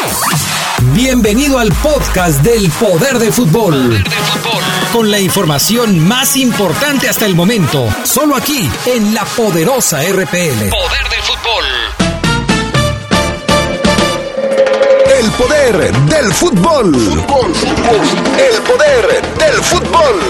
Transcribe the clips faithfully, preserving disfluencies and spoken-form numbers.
Bienvenido al podcast del Poder del Fútbol. Poder del Fútbol. Con la información más importante hasta el momento. Solo aquí, en la poderosa R P L. Poder del Fútbol. El Poder del Fútbol. Fútbol, fútbol. El Poder del Fútbol.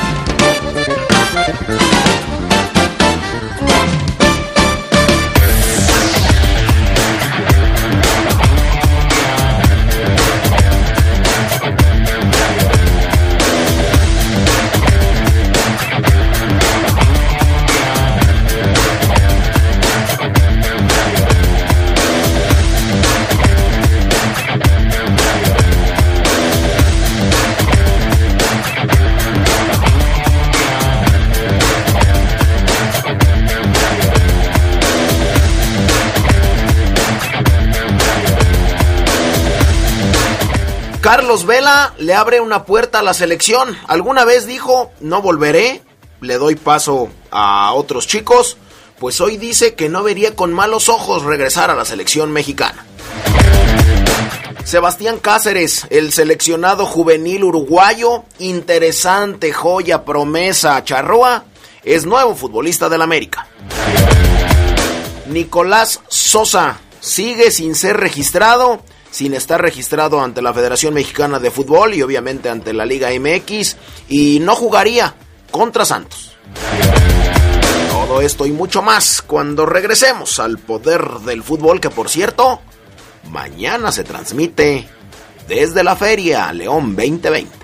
Carlos Vela le abre una puerta a la selección. Alguna vez dijo, no volveré, le doy paso a otros chicos. Pues hoy dice que no vería con malos ojos regresar a la selección mexicana. Sebastián Cáceres, el seleccionado juvenil uruguayo, interesante, joya, promesa, charrúa, es nuevo futbolista del América. Nicolás Sosa sigue sin ser registrado, sin estar registrado ante la Federación Mexicana de Fútbol y obviamente ante la Liga M X, y no jugaría contra Santos. Todo esto y mucho más cuando regresemos al Poder del Fútbol, que por cierto, mañana se transmite desde la Feria León veinte veinte.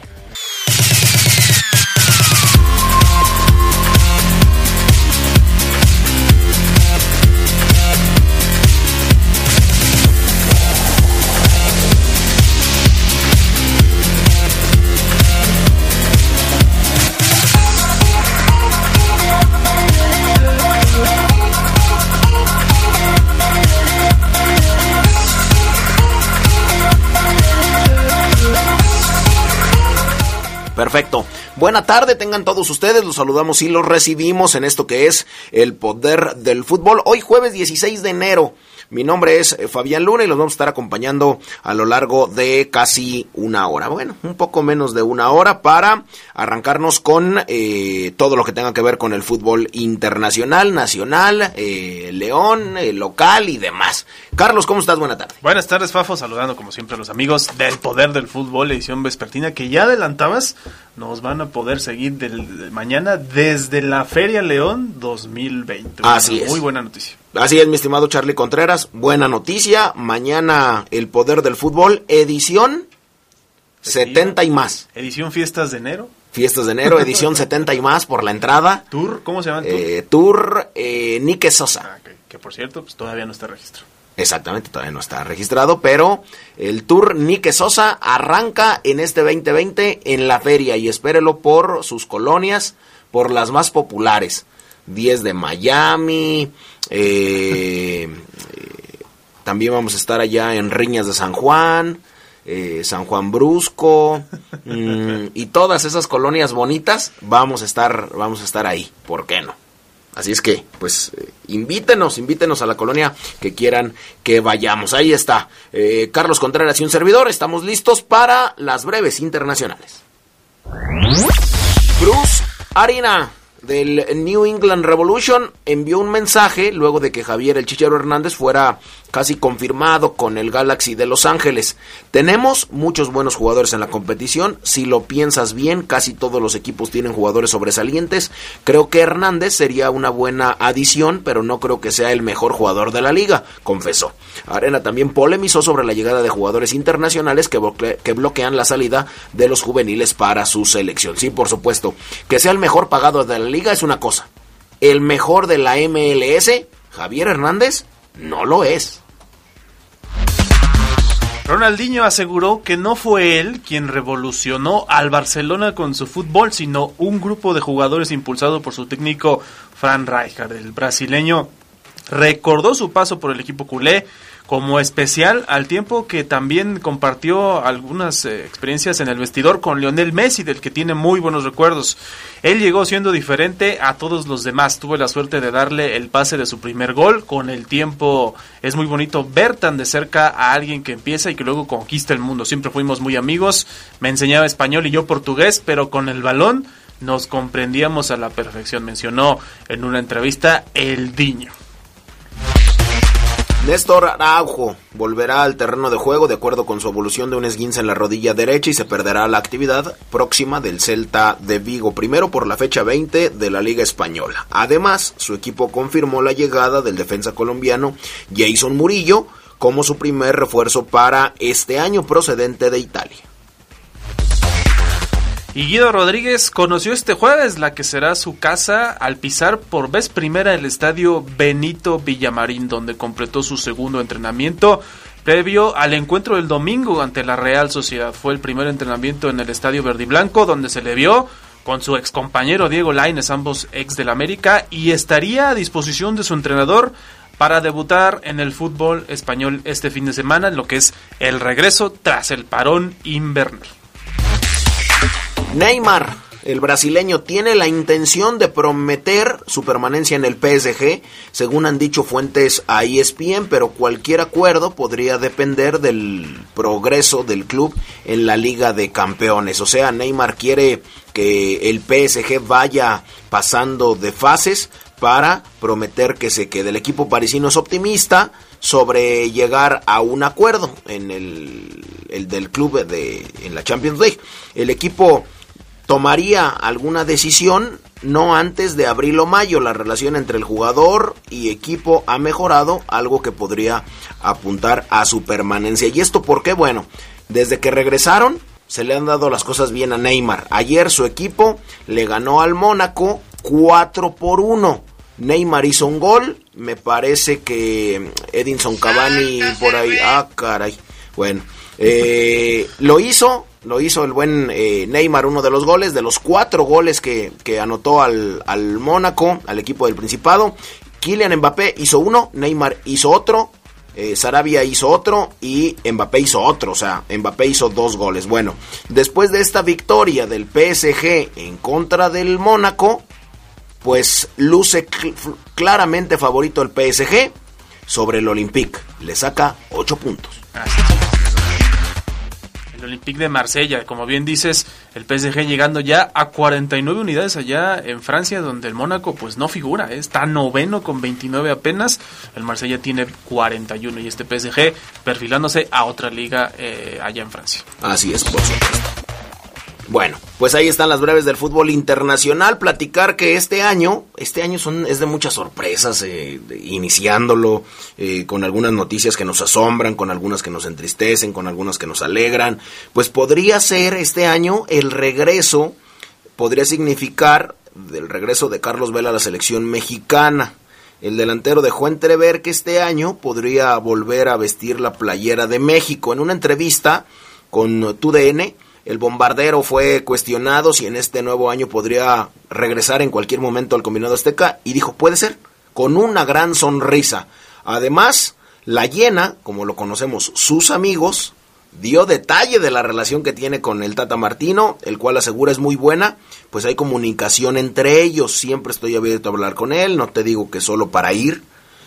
Perfecto. Buena tarde, tengan todos ustedes, los saludamos y los recibimos en esto que es el Poder del Fútbol. Hoy jueves dieciséis de enero. Mi nombre es Fabián Luna y los vamos a estar acompañando a lo largo de casi una hora. Bueno, un poco menos de una hora para arrancarnos con eh, todo lo que tenga que ver con el fútbol internacional, nacional, eh, León, eh, local y demás. Carlos, ¿cómo estás? Buena tarde. Buenas tardes, Fafo, saludando como siempre a los amigos del Poder del Fútbol, edición vespertina, que ya adelantabas, nos van a poder seguir del, de mañana desde la Feria León dos mil veinte. Así Una es. Muy buena noticia. Así es, mi estimado Charlie Contreras, buena noticia, mañana el Poder del Fútbol, edición setenta y más. Edición Fiestas de Enero. Fiestas de Enero, edición setenta y más por la entrada. Tour, ¿cómo se llama el tour? Eh, tour eh, Nique Sosa. Ah, que, que por cierto, pues todavía no está registrado. Exactamente, todavía no está registrado, pero el Tour Nique Sosa arranca en este veinte veinte en la feria y espérelo por sus colonias, por las más populares. diez de Miami, eh, eh, también vamos a estar allá en Riñas de San Juan, eh, San Juan Brusco, mmm, y todas esas colonias bonitas, vamos a estar, vamos a estar ahí, ¿por qué no? Así es que, pues, eh, invítenos, invítenos a la colonia que quieran que vayamos. Ahí está, eh, Carlos Contreras y un servidor, estamos listos para las breves internacionales. Cruz Arena del New England Revolution envió un mensaje luego de que Javier el Chicharo Hernández fuera casi confirmado con el Galaxy de Los Ángeles. Tenemos muchos buenos jugadores en la competición, si lo piensas bien, casi todos los equipos tienen jugadores sobresalientes. Creo que Hernández sería una buena adición, pero no creo que sea el mejor jugador de la liga, confesó. Arena también polemizó sobre la llegada de jugadores internacionales que, bloque- que bloquean la salida de los juveniles para su selección. Sí, por supuesto, que sea el mejor pagado de la liga es una cosa. El mejor de la M L S, Javier Hernández, no lo es. Ronaldinho aseguró que no fue él quien revolucionó al Barcelona con su fútbol, sino un grupo de jugadores impulsado por su técnico Frank Rijkaard. El brasileño recordó su paso por el equipo culé como especial, al tiempo que también compartió algunas eh, experiencias en el vestidor con Lionel Messi, del que tiene muy buenos recuerdos. Él llegó siendo diferente a todos los demás. Tuve la suerte de darle el pase de su primer gol. Con el tiempo es muy bonito ver tan de cerca a alguien que empieza y que luego conquista el mundo. Siempre fuimos muy amigos, me enseñaba español y yo portugués, pero con el balón nos comprendíamos a la perfección, mencionó en una entrevista el Diño. Néstor Araujo volverá al terreno de juego de acuerdo con su evolución de un esguince en la rodilla derecha y se perderá la actividad próxima del Celta de Vigo, primero por la fecha veinte de la Liga Española. Además, su equipo confirmó la llegada del defensa colombiano Jason Murillo como su primer refuerzo para este año, procedente de Italia. Y Guido Rodríguez conoció este jueves la que será su casa al pisar por vez primera el estadio Benito Villamarín, donde completó su segundo entrenamiento previo al encuentro del domingo ante la Real Sociedad. Fue el primer entrenamiento en el estadio verdiblanco, donde se le vio con su excompañero Diego Lainez, ambos ex del América, y estaría a disposición de su entrenador para debutar en el fútbol español este fin de semana, en lo que es el regreso tras el parón invernal. Neymar, el brasileño, tiene la intención de prometer su permanencia en el P S G, según han dicho fuentes a E S P N, pero cualquier acuerdo podría depender del progreso del club en la Liga de Campeones. O sea, Neymar quiere que el P S G vaya pasando de fases para prometer que se quede. El equipo parisino es optimista sobre llegar a un acuerdo en el, el del club de, en la Champions League. El equipo tomaría alguna decisión no antes de abril o mayo. La relación entre el jugador y equipo ha mejorado, algo que podría apuntar a su permanencia. ¿Y esto por qué? Bueno, desde que regresaron se le han dado las cosas bien a Neymar. Ayer su equipo le ganó al Mónaco cuatro por uno. Neymar hizo un gol, me parece que Edinson Cavani por ahí, ah caray, bueno, eh, lo hizo, lo hizo el buen eh, Neymar, uno de los goles, de los cuatro goles que, que anotó al, al Mónaco, al equipo del Principado. Kylian Mbappé hizo uno, Neymar hizo otro, eh, Sarabia hizo otro y Mbappé hizo otro, o sea, Mbappé hizo dos goles. Bueno, después de esta victoria del P S G en contra del Mónaco, pues luce cl- claramente favorito el P S G sobre el Olympique. Le saca ocho puntos. El Olympique de Marsella, como bien dices, el P S G llegando ya a cuarenta y nueve unidades allá en Francia, donde el Mónaco pues no figura, ¿eh? Está noveno con veintinueve apenas, el Marsella tiene cuarenta y uno y este P S G perfilándose a otra liga eh, allá en Francia. Así es, por supuesto. Bueno, pues ahí están las breves del fútbol internacional. Platicar que este año, este año son es de muchas sorpresas, eh, de, iniciándolo, eh, con algunas noticias que nos asombran, con algunas que nos entristecen, con algunas que nos alegran. Pues podría ser este año el regreso, podría significar el regreso de Carlos Vela a la selección mexicana. El delantero dejó entrever que este año podría volver a vestir la playera de México. En una entrevista con T U D N, el bombardero fue cuestionado si en este nuevo año podría regresar en cualquier momento al combinado azteca y dijo, puede ser, con una gran sonrisa. Además, la Hiena, como lo conocemos sus amigos, dio detalle de la relación que tiene con el Tata Martino, el cual asegura es muy buena, pues hay comunicación entre ellos, siempre estoy abierto a hablar con él, no te digo que solo para ir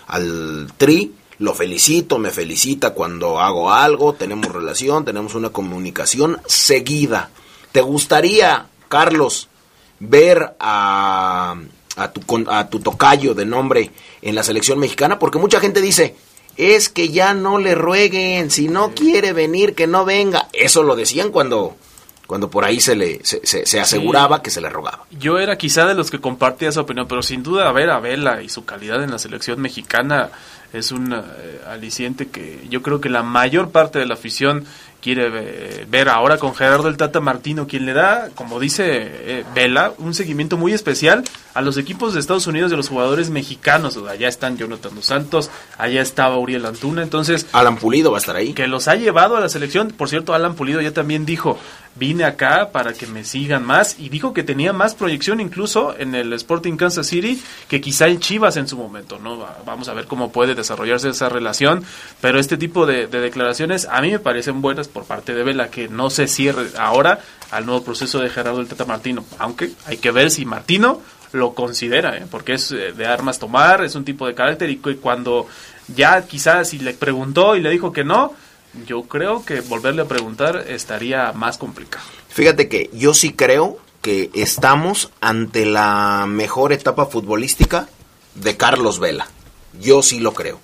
al Tri, lo felicito, me felicita cuando hago algo, tenemos relación, tenemos una comunicación seguida. ¿Te gustaría, Carlos, ver a, a, tu, a tu tocayo de nombre en la selección mexicana? Porque mucha gente dice, es que ya no le rueguen, si no quiere venir, que no venga. Eso lo decían cuando... cuando por ahí se le se, se, se aseguraba sí, que se le rogaba. Yo era quizá de los que compartía esa opinión, pero sin duda a ver a Vela y su calidad en la selección mexicana es un eh, aliciente que yo creo que la mayor parte de la afición quiere eh, ver ahora con Gerardo el Tata Martino, quien le da, como dice eh, Vela, un seguimiento muy especial a los equipos de Estados Unidos de los jugadores mexicanos. O sea, allá están Jonathan Dos Santos, allá estaba Uriel Antuna, entonces... Alan Pulido va a estar ahí. Que los ha llevado a la selección. Por cierto, Alan Pulido ya también dijo, vine acá para que me sigan más, y dijo que tenía más proyección incluso en el Sporting Kansas City que quizá en Chivas en su momento, ¿no? Vamos a ver cómo puede desarrollarse esa relación, pero este tipo de, de declaraciones a mí me parecen buenas por parte de Vela, que no se cierre ahora al nuevo proceso de Gerardo el Tata Martino, aunque hay que ver si Martino lo considera, ¿eh? Porque es de armas tomar, es un tipo de carácter, y que cuando ya quizás si le preguntó y le dijo que no, yo creo que volverle a preguntar estaría más complicado. Fíjate que yo sí creo que estamos ante la mejor etapa futbolística de Carlos Vela. Yo sí lo creo.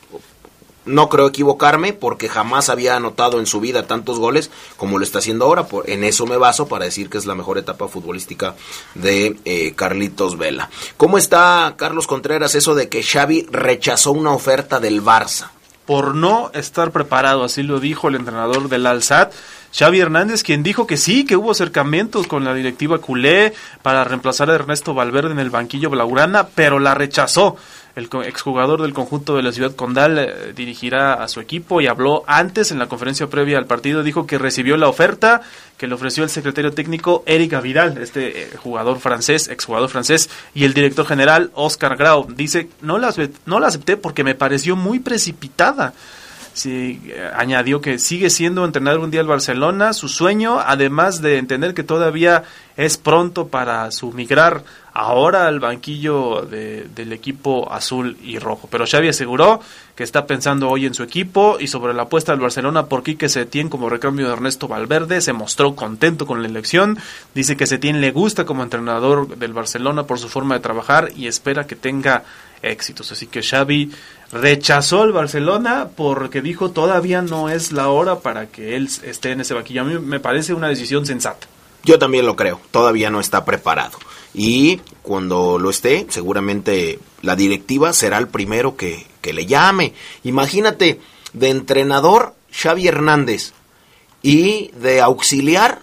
No creo equivocarme porque jamás había anotado en su vida tantos goles como lo está haciendo ahora. Por, en eso me baso para decir que es la mejor etapa futbolística de eh, Carlitos Vela. ¿Cómo está, Carlos Contreras, eso de que Xavi rechazó una oferta del Barça? Por no estar preparado, así lo dijo el entrenador del Al-Sadd, Xavi Hernández, quien dijo que sí, que hubo acercamientos con la directiva culé para reemplazar a Ernesto Valverde en el banquillo blaugrana, pero la rechazó. El exjugador del conjunto de la Ciudad Condal eh, dirigirá a su equipo y habló antes en la conferencia previa al partido, dijo que recibió la oferta que le ofreció el secretario técnico Eric Vidal, este eh, jugador francés, exjugador francés, y el director general Oscar Grau. Dice, no la, no la acepté porque me pareció muy precipitada. Sí, eh, añadió que sigue siendo entrenar un día al Barcelona, su sueño, además de entender que todavía es pronto para su migrar ahora al banquillo de, del equipo azul y rojo. Pero Xavi aseguró que está pensando hoy en su equipo y sobre la apuesta del Barcelona por Quique Setién como recambio de Ernesto Valverde. Se mostró contento con la elección, dice que Setién le gusta como entrenador del Barcelona por su forma de trabajar y espera que tenga éxitos. Así que Xavi rechazó al Barcelona porque dijo todavía no es la hora para que él esté en ese banquillo. A mí me parece una decisión sensata. Yo también lo creo, todavía no está preparado. Y cuando lo esté, seguramente la directiva será el primero que, que le llame. Imagínate, de entrenador Xavi Hernández y de auxiliar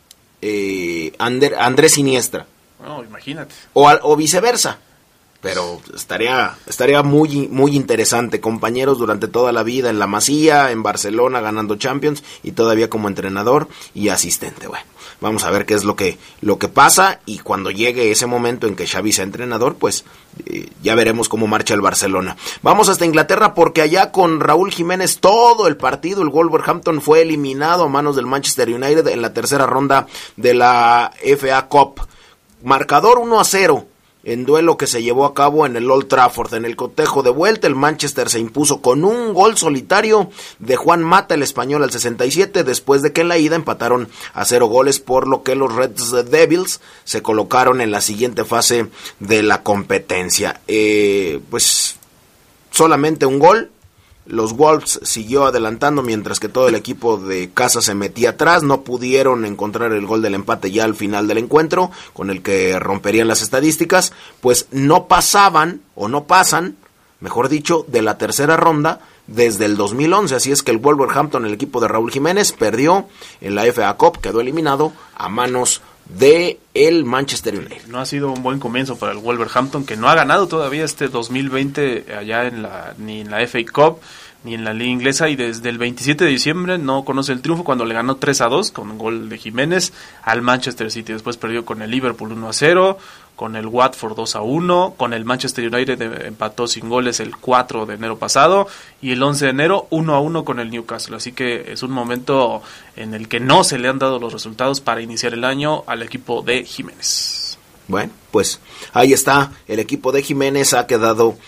eh, Ander, Andrés Iniesta. No, imagínate. O, o viceversa. Pero estaría estaría muy muy interesante, compañeros durante toda la vida en la Masía, en Barcelona ganando Champions y todavía como entrenador y asistente. Bueno, vamos a ver qué es lo que lo que pasa y cuando llegue ese momento en que Xavi sea entrenador, pues eh, ya veremos cómo marcha el Barcelona. Vamos hasta Inglaterra porque allá con Raúl Jiménez todo el partido, el Wolverhampton fue eliminado a manos del Manchester United en la tercera ronda de la F A Cup. Marcador uno a cero. En duelo que se llevó a cabo en el Old Trafford. En el cotejo de vuelta, el Manchester se impuso con un gol solitario de Juan Mata, el español, al sesenta y siete, después de que en la ida empataron a cero goles, por lo que los Red Devils se colocaron en la siguiente fase de la competencia. Eh, pues solamente un gol. Los Wolves siguió adelantando mientras que todo el equipo de casa se metía atrás. No pudieron encontrar el gol del empate ya al final del encuentro, con el que romperían las estadísticas. Pues no pasaban, o no pasan, mejor dicho, de la tercera ronda desde el dos mil once. Así es que el Wolverhampton, el equipo de Raúl Jiménez, perdió en la F A Cup, quedó eliminado a manos de el Manchester United. No ha sido un buen comienzo para el Wolverhampton, que no ha ganado todavía este dos mil veinte allá en la ni en la F A Cup ni en la liga inglesa, y desde el veintisiete de diciembre no conoce el triunfo cuando le ganó tres a dos con un gol de Jiménez al Manchester City. Después perdió con el Liverpool uno a cero, con el Watford dos a uno, con el Manchester United empató sin goles el cuatro de enero pasado y el once de enero uno a uno con el Newcastle. Así que es un momento en el que no se le han dado los resultados para iniciar el año al equipo de Jiménez. Bueno, pues ahí está, el equipo de Jiménez ha quedado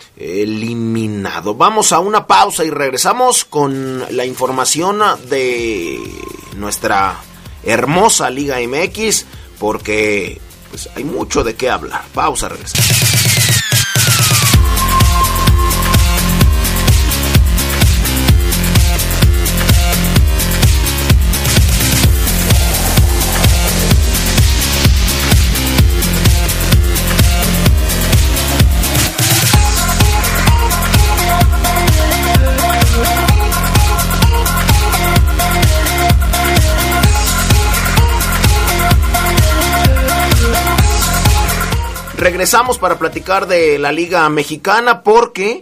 eliminado. Vamos a una pausa y regresamos con la información de nuestra hermosa Liga M X, porque pues hay mucho de qué hablar. Pausa, regresamos. Regresamos para platicar de la Liga Mexicana porque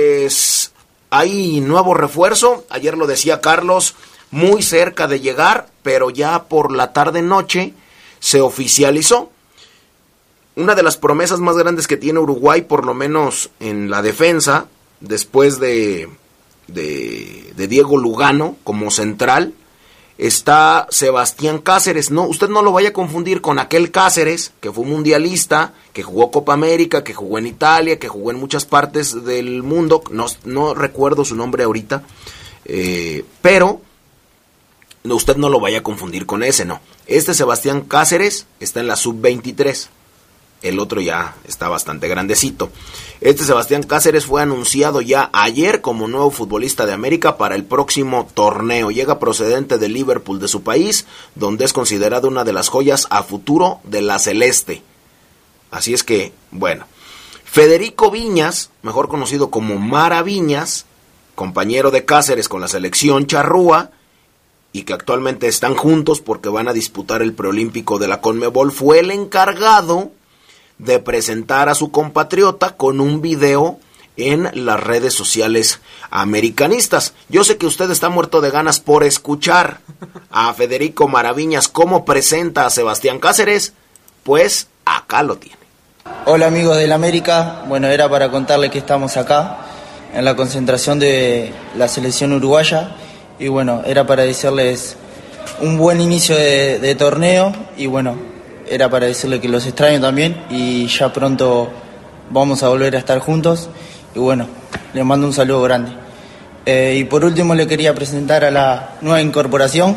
pues hay nuevo refuerzo. Ayer lo decía Carlos, muy cerca de llegar pero ya por la tarde-noche se oficializó. Una de las promesas más grandes que tiene Uruguay, por lo menos en la defensa, después de, de, de Diego Lugano como central, está Sebastián Cáceres. No, usted no lo vaya a confundir con aquel Cáceres que fue mundialista, que jugó Copa América, que jugó en Italia, que jugó en muchas partes del mundo. No, no recuerdo su nombre ahorita, eh, pero no, usted no lo vaya a confundir con ese, no. Este Sebastián Cáceres está en la sub veintitrés. El otro ya está bastante grandecito. Este Sebastián Cáceres fue anunciado ya ayer como nuevo futbolista de América para el próximo torneo. Llega procedente de Liverpool, de su país, donde es considerado una de las joyas a futuro de la celeste. Así es que, bueno. Federico Viñas, mejor conocido como Mara Viñas, compañero de Cáceres con la selección charrúa, y que actualmente están juntos porque van a disputar el preolímpico de la Conmebol, fue el encargado de presentar a su compatriota con un video en las redes sociales americanistas. Yo sé que usted está muerto de ganas por escuchar a Federico Maraviñas cómo presenta a Sebastián Cáceres, pues acá lo tiene. Hola amigos del América, bueno, era para contarles que estamos acá en la concentración de la selección uruguaya y bueno, era para decirles un buen inicio de, de torneo y bueno, era para decirle que los extraño también y ya pronto vamos a volver a estar juntos. Y bueno, les mando un saludo grande. Eh, y por último le quería presentar a la nueva incorporación.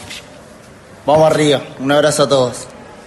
Vamos arriba, un abrazo a todos.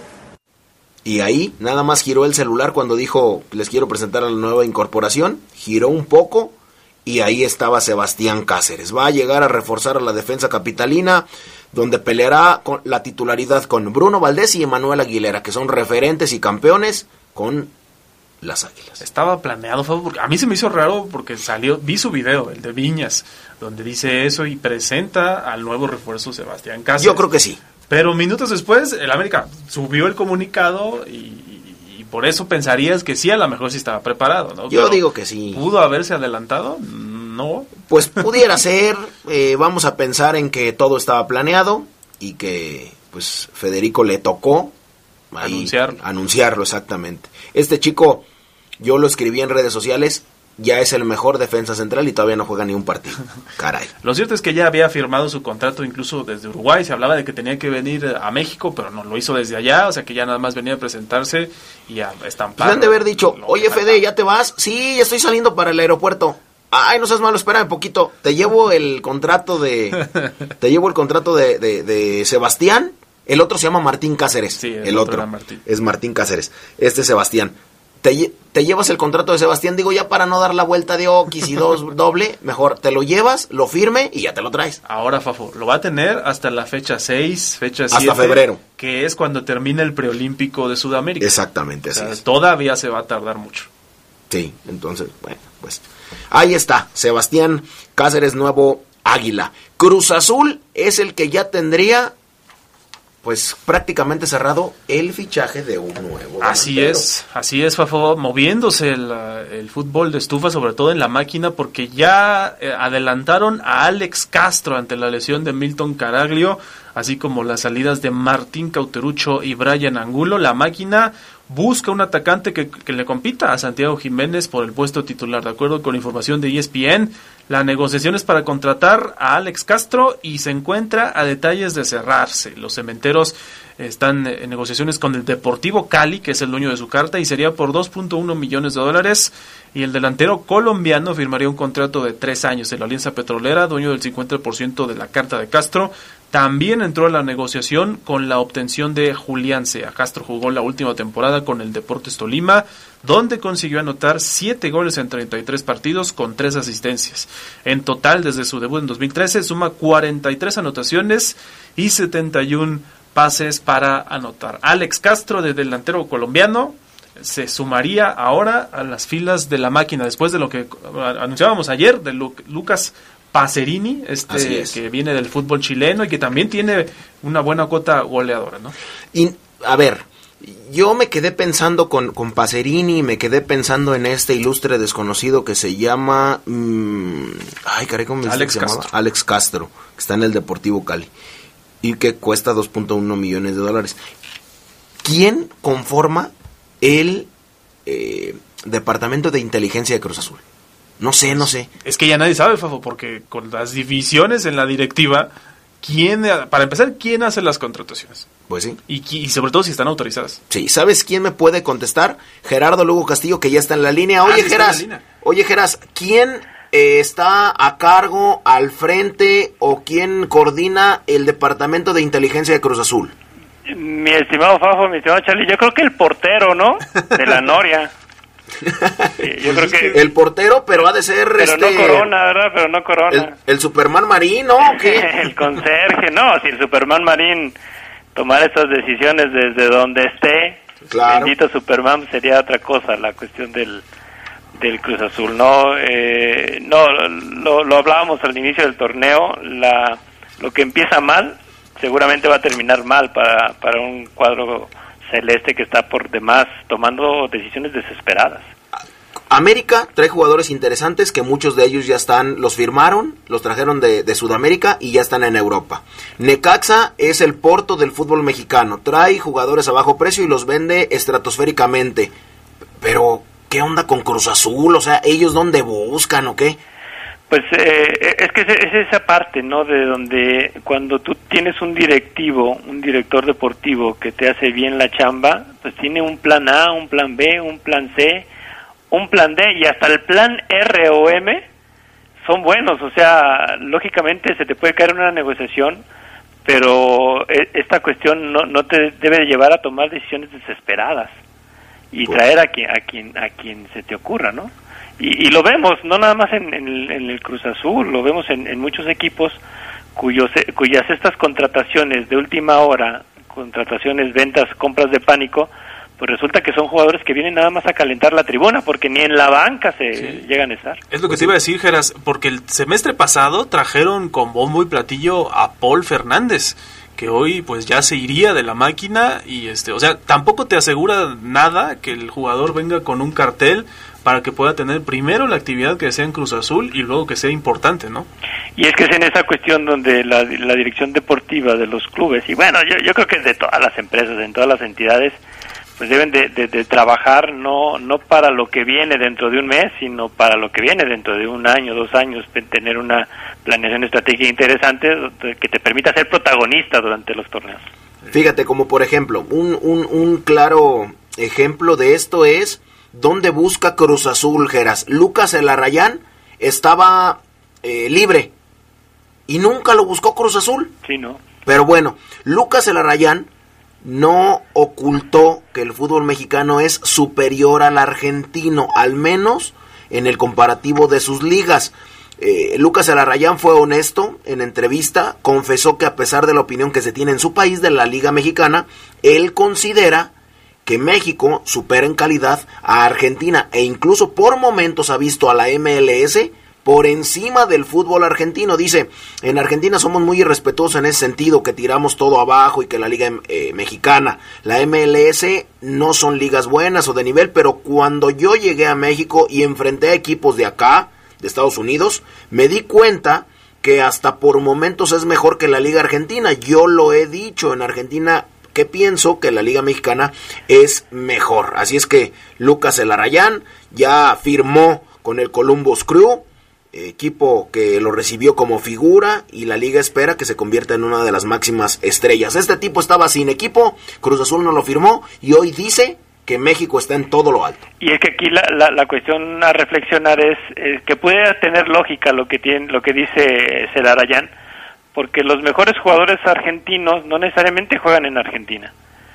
Y ahí nada más giró el celular cuando dijo les quiero presentar a la nueva incorporación. Giró un poco y ahí estaba Sebastián Cáceres. Va a llegar a reforzar a la defensa capitalina, donde peleará con la titularidad con Bruno Valdés y Emanuel Aguilera, que son referentes y campeones con las Águilas. Estaba planeado, Fabio, porque a mí se me hizo raro porque salió, vi su video, el de Viñas, donde dice eso y presenta al nuevo refuerzo Sebastián Cáceres. Yo creo que sí. Pero minutos después, el América subió el comunicado y, y, y por eso pensarías que sí, a lo mejor sí estaba preparado, ¿no? Yo Pero digo que sí. ¿pudo haberse adelantado? No. Pues pudiera ser, eh, vamos a pensar en que todo estaba planeado y que pues Federico le tocó ahí anunciarlo. anunciarlo exactamente. Este chico, yo lo escribí en redes sociales, ya es el mejor defensa central y todavía no juega ni un partido. Caray. Lo cierto es que ya había firmado su contrato incluso desde Uruguay, se hablaba de que tenía que venir a México, pero no lo hizo desde allá, o sea que ya nada más venía a presentarse y a estampar. Le han de haber dicho, oye Fede, ¿ya te vas? Sí, ya estoy saliendo para el aeropuerto. Ay, no seas malo, espérame poquito. Te llevo el contrato de te llevo el contrato de, de, de Sebastián. El otro se llama Martín Cáceres. Sí, el, el otro, otro Martín. Es Martín Cáceres. Este es Sebastián. Te, te llevas el contrato de Sebastián, digo, ya para no dar la vuelta de oquis y dos doble, mejor te lo llevas, lo firme y ya te lo traes. Ahora, Fafo, lo va a tener hasta la fecha seis, fecha siete. Hasta febrero. Que es cuando termina el preolímpico de Sudamérica. Exactamente, así o sea, es. Todavía se va a tardar mucho. Sí, entonces, bueno, pues ahí está, Sebastián Cáceres, nuevo Águila. Cruz Azul es el que ya tendría, pues prácticamente cerrado el fichaje de un nuevo. Así delantero. es, así es, Fafo, moviéndose el, el fútbol de estufa, sobre todo en la máquina, porque ya eh, adelantaron a Alex Castro ante la lesión de Milton Caraglio, así como las salidas de Martín Cauterucho y Brian Angulo. La máquina busca un atacante que, que le compita a Santiago Jiménez por el puesto titular. De acuerdo con información de E S P N, la negociación es para contratar a Alex Castro y se encuentra a detalles de cerrarse. Los cementeros están en negociaciones con el Deportivo Cali, que es el dueño de su carta, y sería por dos punto uno millones de dólares. Y el delantero colombiano firmaría un contrato de tres años en la Alianza Petrolera, dueño del cincuenta por ciento de la carta de Castro. También entró a la negociación con la obtención de Julián Sea. Castro jugó la última temporada con el Deportes Tolima, donde consiguió anotar siete goles en treinta y tres partidos con tres asistencias. En total, desde su debut en dos mil trece, suma cuarenta y tres anotaciones y setenta y uno pases para anotar. Alex Castro, de delantero colombiano, se sumaría ahora a las filas de la máquina, después de lo que anunciábamos ayer de Lu- Lucas Pacerini, este que viene del fútbol chileno y que también tiene una buena cuota goleadora, ¿no? Y, a ver, yo me quedé pensando con, con Pacerini, me quedé pensando en este ilustre desconocido que se llama... Mmm, ay, caray, ¿cómo me Alex se llamaba? Castro. Alex Castro, que está en el Deportivo Cali. y que cuesta dos punto uno millones de dólares. ¿Quién conforma el eh, departamento de inteligencia de Cruz Azul? No sé, no sé. Es que ya nadie sabe, Fafo, porque con las divisiones en la directiva, ¿quién, para empezar, quién hace las contrataciones? Pues sí. Y, y sobre todo si están autorizadas. Sí, ¿sabes quién me puede contestar? Gerardo Lugo Castillo, que ya está en la línea. Oye, Ah, sí está en la Geras, línea. oye, Geras, ¿quién eh, está a cargo, al frente o quién coordina el departamento de inteligencia de Cruz Azul? Mi estimado Fafo, mi estimado Charlie, yo creo que el portero, ¿no? De la Noria. Sí, yo creo que... El portero, pero ha de ser... Pero este, no Corona, ¿verdad? Pero no Corona. El, el Superman Marín, ¿no? ¿O qué? El conserje, no, si el Superman Marín tomara estas decisiones desde donde esté, Claro. bendito Superman, sería otra cosa la cuestión del, del Cruz Azul, ¿no? Eh, no, lo, lo hablábamos al inicio del torneo, la, lo que empieza mal, seguramente va a terminar mal para, para un cuadro celeste que está por demás tomando decisiones desesperadas. América trae jugadores interesantes que muchos de ellos ya están, los firmaron, los trajeron de, de Sudamérica y ya están en Europa. Necaxa es el Porto del fútbol mexicano, trae jugadores a bajo precio y los vende estratosféricamente. Pero, ¿qué onda con Cruz Azul? O sea, ¿ellos dónde buscan o qué? Pues eh, es que es esa parte, ¿no? De donde cuando tú tienes un directivo, un director deportivo que te hace bien la chamba, pues tiene un plan A, un plan B, un plan C, un plan D y hasta el plan R o M son buenos. O sea, lógicamente se te puede caer una negociación, pero esta cuestión no, no te debe llevar a tomar decisiones desesperadas y traer a quien, a quien, a quien se te ocurra, ¿no? Y, y lo vemos, no nada más en, en, el, en el Cruz Azul, lo vemos en, en muchos equipos cuyos, cuyas estas contrataciones de última hora, contrataciones, ventas, compras de pánico, pues resulta que son jugadores que vienen nada más a calentar la tribuna, porque ni en la banca se sí. llegan a estar. Es lo que te iba a decir, Geras, porque el semestre pasado trajeron con bombo y platillo a Paul Fernández, que hoy pues ya se iría de la máquina y este, o sea, tampoco te asegura nada que el jugador venga con un cartel para que pueda tener primero la actividad que sea en Cruz Azul y luego que sea importante, ¿no? Y es que es en esa cuestión donde la, la dirección deportiva de los clubes, y bueno, yo, yo creo que es de todas las empresas, en todas las entidades, pues deben de, de, de trabajar no no para lo que viene dentro de un mes, sino para lo que viene dentro de un año, dos años, tener una planeación estratégica interesante que te permita ser protagonista durante los torneos. Fíjate, como por ejemplo, un, un, un claro ejemplo de esto es ¿dónde busca Cruz Azul, Geras? Lucas Elarrayán estaba eh, libre y nunca lo buscó Cruz Azul. Sí, ¿no? Pero bueno, Lucas Elarrayán no ocultó que el fútbol mexicano es superior al argentino, al menos en el comparativo de sus ligas. Eh, Lucas Elarrayán fue honesto en entrevista, confesó que a pesar de la opinión que se tiene en su país de la Liga Mexicana, él considera que México supera en calidad a Argentina e incluso por momentos ha visto a la M L S por encima del fútbol argentino. Dice, en Argentina somos muy irrespetuosos en ese sentido, que tiramos todo abajo y que la liga eh, mexicana, la M L S no son ligas buenas o de nivel, pero cuando yo llegué a México y enfrenté a equipos de acá, de Estados Unidos, me di cuenta que hasta por momentos es mejor que la liga argentina. Yo lo he dicho, en Argentina que pienso que la liga mexicana es mejor. Así es que Lucas Elarrayán ya firmó con el Columbus Crew, equipo que lo recibió como figura y la liga espera que se convierta en una de las máximas estrellas. Este tipo estaba sin equipo, Cruz Azul no lo firmó y hoy dice que México está en todo lo alto. Y es que aquí la, la, la cuestión a reflexionar es, es que puede tener lógica lo que tiene, lo que dice Elarrayán, porque los mejores jugadores argentinos no necesariamente juegan en Argentina.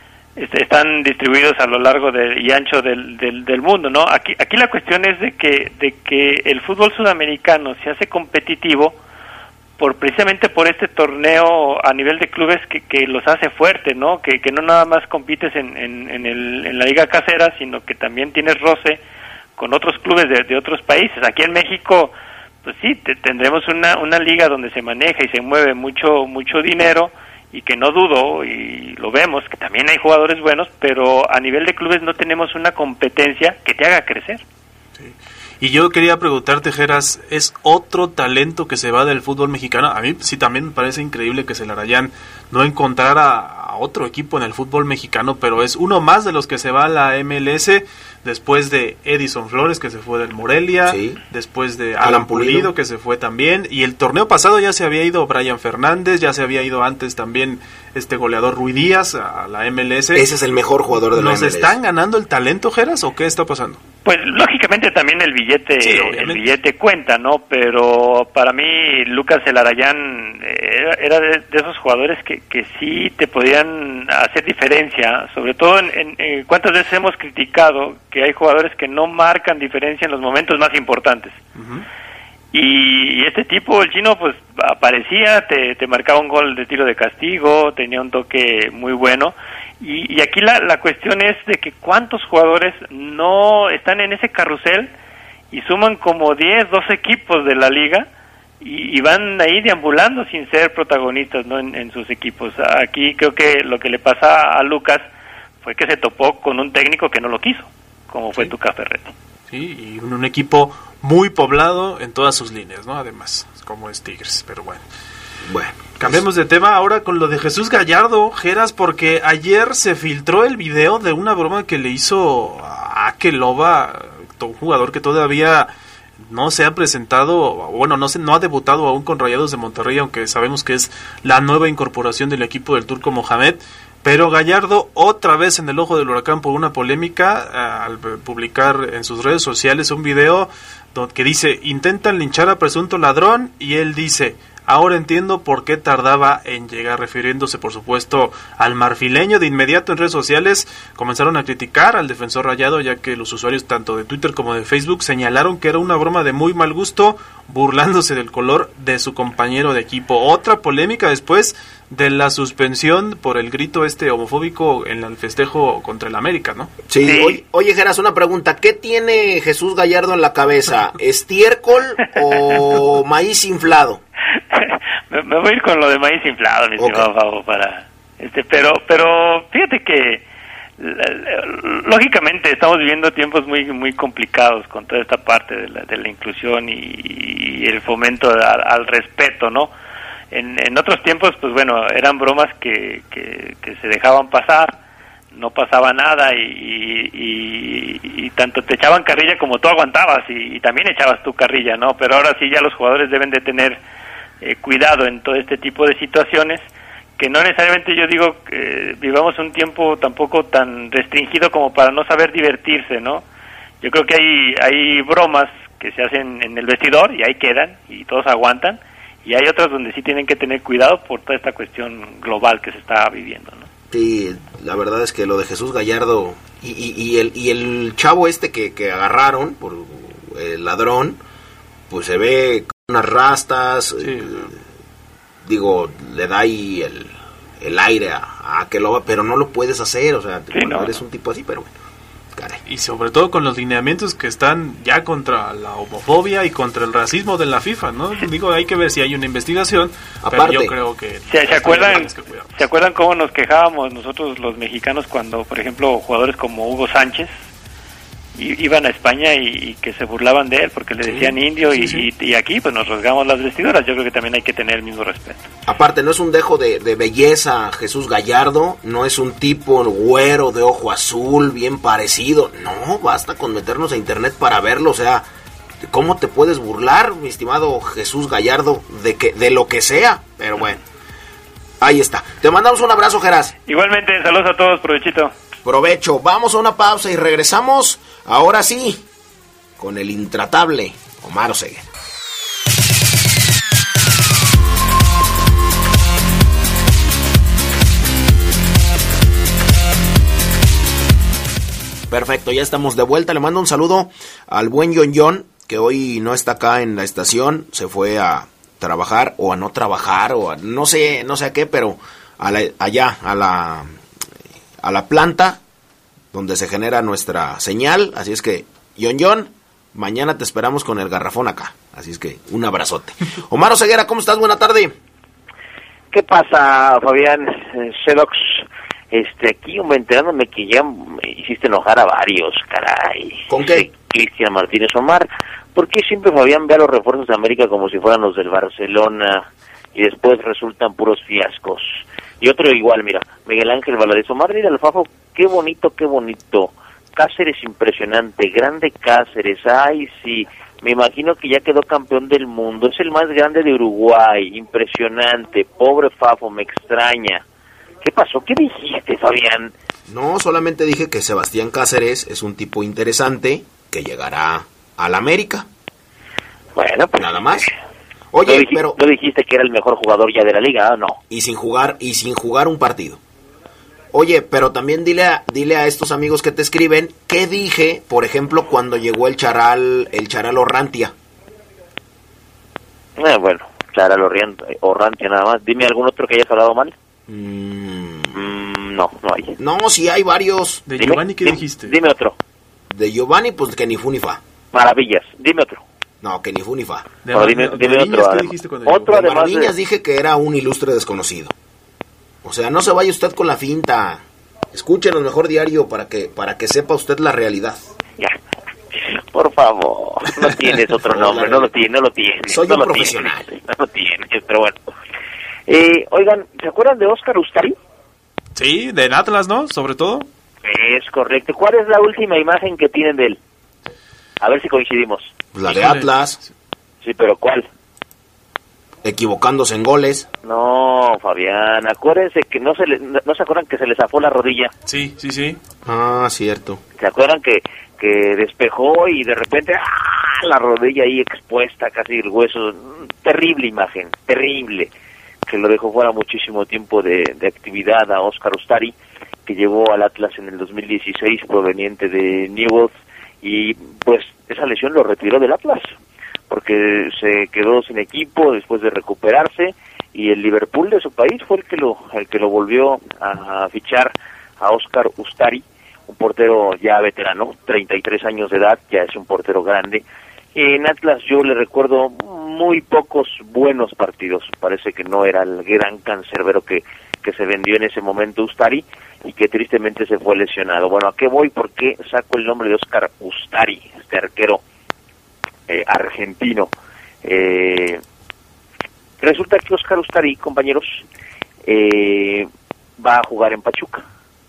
Están distribuidos a lo largo de, y ancho del, del, del mundo, ¿no? Aquí, aquí la cuestión es de que, de que el fútbol sudamericano se hace competitivo por precisamente por este torneo a nivel de clubes que, que los hace fuertes, ¿no? Que, que no nada más compites en, en, en, el, en la liga casera, sino que también tienes roce con otros clubes de, de otros países. Aquí en México, pues sí, te, tendremos una, una liga donde se maneja y se mueve mucho, mucho dinero, y que no dudo, y lo vemos, que también hay jugadores buenos, pero a nivel de clubes no tenemos una competencia que te haga crecer. Sí. Y yo quería preguntarte, Geras, ¿es otro talento que se va del fútbol mexicano? A mí sí también me parece increíble que Celarayán no encontrara a otro equipo en el fútbol mexicano, pero es uno más de los que se va a la M L S, después de Edison Flores, que se fue del Morelia, sí. después de Alan, Alan Pulido, Pulido, que se fue también, y el torneo pasado ya se había ido Brian Fernández, ya se había ido antes también este goleador Rui Díaz a la M L S. Ese es el mejor jugador de la ¿Nos M L S. están ganando el talento, Geras, o qué está pasando? Pues lógicamente también el billete sí, el billete cuenta, ¿no? Pero para mí Lucas Celarayán era, era de, de esos jugadores que, que sí te podían hacer diferencia, sobre todo en, en, en cuántas veces hemos criticado que hay jugadores que no marcan diferencia en los momentos más importantes. Uh-huh. Y, y este tipo, el chino, pues aparecía, te, te marcaba un gol de tiro de castigo, tenía un toque muy bueno. Y, y aquí la, la cuestión es de que cuántos jugadores no están en ese carrusel y suman como diez, doce equipos de la liga y, y van ahí deambulando sin ser protagonistas, ¿no? en, en sus equipos. Aquí creo que lo que le pasa a Lucas fue que se topó con un técnico que no lo quiso, como fue sí. Tuca Ferretti. Sí, y un, un equipo muy poblado en todas sus líneas, ¿no? Además, como es Tigres, pero bueno. Bueno. Cambiemos de tema ahora con lo de Jesús Gallardo, Geras, porque ayer se filtró el video de una broma que le hizo a Akeloba, un jugador que todavía no se ha presentado, bueno, no se, no ha debutado aún con Rayados de Monterrey, aunque sabemos que es la nueva incorporación del equipo del Turco Mohamed. Pero Gallardo otra vez en el ojo del huracán por una polémica uh, al publicar en sus redes sociales un video que dice: intentan linchar a presunto ladrón, y él dice: ahora entiendo por qué tardaba en llegar, refiriéndose por supuesto al marfileño. De inmediato en redes sociales comenzaron a criticar al defensor rayado, ya que los usuarios tanto de Twitter como de Facebook señalaron que era una broma de muy mal gusto, burlándose del color de su compañero de equipo. Otra polémica después de la suspensión por el grito este homofóbico en el festejo contra el América, ¿no? Sí, sí. Oye, oye, Geras, una pregunta: ¿qué tiene Jesús Gallardo en la cabeza? ¿Estiércol o maíz inflado? me, me voy a ir con lo de maíz inflado, mi okay. estimado Fabo, para este, pero, pero fíjate que lógicamente estamos viviendo tiempos muy muy complicados con toda esta parte de la, de la inclusión y, y el fomento al, al respeto, ¿no? En, en otros tiempos, pues bueno, eran bromas que, que, que se dejaban pasar, no pasaba nada y, y, y, y tanto te echaban carrilla como tú aguantabas y, y también echabas tu carrilla, ¿no? Pero ahora sí ya los jugadores deben de tener eh, cuidado en todo este tipo de situaciones, que no necesariamente yo digo que vivamos un tiempo tampoco tan restringido como para no saber divertirse, ¿no? Yo creo que hay, hay bromas que se hacen en el vestidor y ahí quedan y todos aguantan, y hay otras donde sí tienen que tener cuidado por toda esta cuestión global que se está viviendo, ¿no? Sí, la verdad es que lo de Jesús Gallardo y, y, y, el, y el chavo este que, que agarraron por el ladrón, pues se ve con unas rastas, sí. eh, digo, le da ahí el, el aire a, a que lo, pero no lo puedes hacer, o sea, sí, no, eres no. un tipo así, pero bueno. Caray. Y sobre todo con los lineamientos que están ya contra la homofobia y contra el racismo de la FIFA, ¿no? Sí. Digo, hay que ver si hay una investigación. Aparte, pero yo creo que... ¿Se, ¿se acuerdan que ¿se acuerdan cómo nos quejábamos nosotros los mexicanos cuando, por ejemplo, jugadores como Hugo Sánchez iban a España y, y que se burlaban de él porque le decían sí, indio sí, y, sí. Y, y aquí pues nos rasgamos las vestiduras? Yo creo que también hay que tener el mismo respeto. Aparte, no es un dejo de, de belleza Jesús Gallardo, no es un tipo güero de ojo azul bien parecido, no, basta con meternos a internet para verlo, o sea, ¿cómo te puedes burlar, mi estimado Jesús Gallardo, de que de lo que sea? Pero bueno, ahí está. Te mandamos un abrazo, Geras. Igualmente, saludos a todos, provechito. Provecho, vamos a una pausa y regresamos, ahora sí, con el intratable Omar Oseguera. Perfecto, ya estamos de vuelta. Le mando un saludo al buen Yon Yon, que hoy no está acá en la estación, se fue a trabajar o a no trabajar o a no sé, no sé a qué, pero a la, allá a la a la planta donde se genera nuestra señal, así es que Yon Yon, mañana te esperamos con el garrafón acá, así es que un abrazote. Omar Oseguera, ¿cómo estás? Buena tarde. ¿Qué pasa, Fabián? Sedox, este, aquí enterándome que ya me hiciste enojar a varios, caray. ¿Con qué? Sí, Cristian Martínez Omar. ¿Por qué siempre Fabián ve a los refuerzos de América como si fueran los del Barcelona y después resultan puros fiascos? Y otro igual, mira, Miguel Ángel Valadez Omar, mira el Fafo, qué bonito, qué bonito. Cáceres impresionante, grande Cáceres, ay sí, me imagino que ya quedó campeón del mundo, es el más grande de Uruguay, impresionante, pobre Fafo, me extraña. ¿Qué pasó? ¿Qué dijiste, Fabián? No, solamente dije que Sebastián Cáceres es un tipo interesante que llegará al América. Bueno, pues nada más. Oye, ¿no dijiste, pero ¿no dijiste que era el mejor jugador ya de la liga? No. Y sin jugar y sin jugar un partido. Oye, pero también dile a, dile a estos amigos que te escriben qué dije, por ejemplo, cuando llegó el Charal, el Charal Orrantia. Eh, bueno, Charal Orrantia nada más. Dime algún otro que hayas hablado mal. Mm. Mm, no, no hay. No, sí hay varios. ¿De Dime, Giovanni qué dime, dijiste? Dime otro. De Giovanni, pues que ni fu ni fa. Maravillas, dime otro. No, que ni fu ni fa. De, No, Mar- dime- de dime Viñas, otro, ¿qué además. dijiste cuando Otro llegó? De además de- Marviñas dije que era un ilustre desconocido. O sea, no se vaya usted con la finta. Escúchenos mejor diario para que para que sepa usted la realidad. Ya. Por favor, no tienes otro nombre, no lo tienes, no lo tienes. Soy no un lo profesional. tienes, no lo tienes, pero bueno. Eh, oigan, ¿se acuerdan de Óscar Ustari? Sí, del Atlas, ¿no? Sobre todo. Es correcto. ¿Cuál es la última imagen que tienen de él? A ver si coincidimos. Pues la de Híjole. Atlas, Sí, pero ¿cuál? equivocándose en goles. No, Fabián, acuérdense que no se le, no se acuerdan que se le zafó la rodilla. Sí, sí, sí. Ah, cierto. ¿Se acuerdan que, que despejó y de repente ¡ah! La rodilla ahí expuesta, casi el hueso? Terrible imagen, terrible, que lo dejó fuera muchísimo tiempo de, de actividad a Óscar Ustari, que llegó al Atlas en el dos mil dieciséis proveniente de Newell's, y pues esa lesión lo retiró del Atlas, porque se quedó sin equipo después de recuperarse, y el Liverpool de su país fue el que lo, el que lo volvió a, a fichar a Óscar Ustari, un portero ya veterano, treinta y tres años de edad, ya es un portero grande. En Atlas yo le recuerdo muy pocos buenos partidos, parece que no era el gran cancerbero que, que se vendió en ese momento Ustari, y que tristemente se fue lesionado. Bueno, ¿a qué voy? ¿Por qué saco el nombre de Óscar Ustari, este arquero eh, argentino? Eh, resulta que Óscar Ustari, compañeros, eh, va a jugar en Pachuca.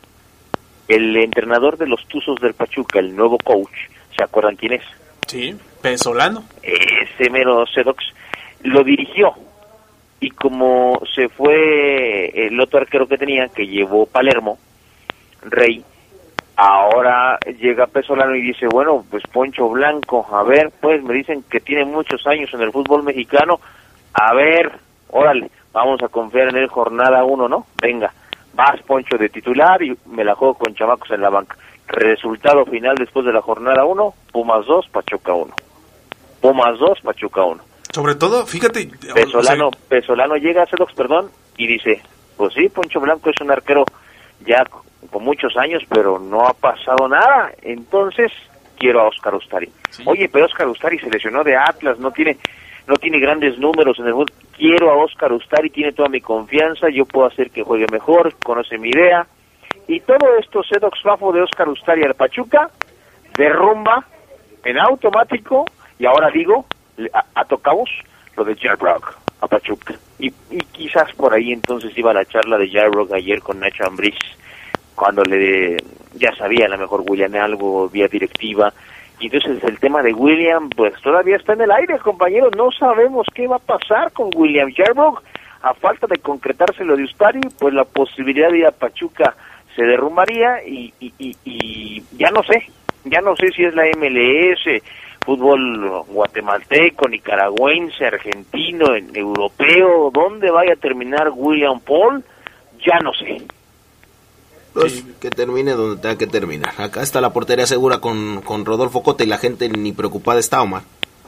El entrenador de los Tuzos del Pachuca, el nuevo coach, ¿se acuerdan quién es? Sí, Pesolano. Ese mero Sedox lo dirigió, y como se fue el otro arquero que tenía, que llevó Palermo, Rey, ahora llega Pesolano y dice, bueno, pues Poncho Blanco, a ver, pues me dicen que tiene muchos años en el fútbol mexicano, a ver, órale, vamos a confiar en él jornada uno, ¿no? Venga, vas Poncho de titular y me la juego con chamacos en la banca. Resultado final después de la jornada uno, Pumas dos, Pachuca uno. Pumas dos, Pachuca uno. Sobre todo, fíjate... Pesolano, o sea, Pesolano llega a Sedox, perdón, y dice, pues sí, Poncho Blanco es un arquero ya con muchos años, pero no ha pasado nada, entonces quiero a Óscar Ustari. Sí. Oye, pero Óscar Ustari se lesionó de Atlas, no tiene no tiene grandes números en el fútbol, quiero a Óscar Ustari, tiene toda mi confianza, yo puedo hacer que juegue mejor, conoce mi idea, y todo esto, Sedox Fafo de Óscar Ustari al Pachuca, derrumba en automático, y ahora digo, a, a tocabos, lo de Jarrock a Pachuca. Y, y quizás por ahí entonces iba la charla de Jarrock ayer con Nacho Ambriz, cuando le ya sabía a lo mejor William algo vía directiva, y entonces el tema de William pues todavía está en el aire, compañeros, no sabemos qué va a pasar con William Jarrock, a falta de concretarse lo de Ustari, pues la posibilidad de ir a Pachuca se derrumbaría, y, y, y, y ya no sé, ya no sé si es la M L S, fútbol guatemalteco, nicaragüense, argentino, europeo, dónde vaya a terminar William Paul, ya no sé. Pues Sí. que termine donde tenga que terminar. Acá está la portería segura con, con Rodolfo Cota y la gente ni preocupada está, Omar.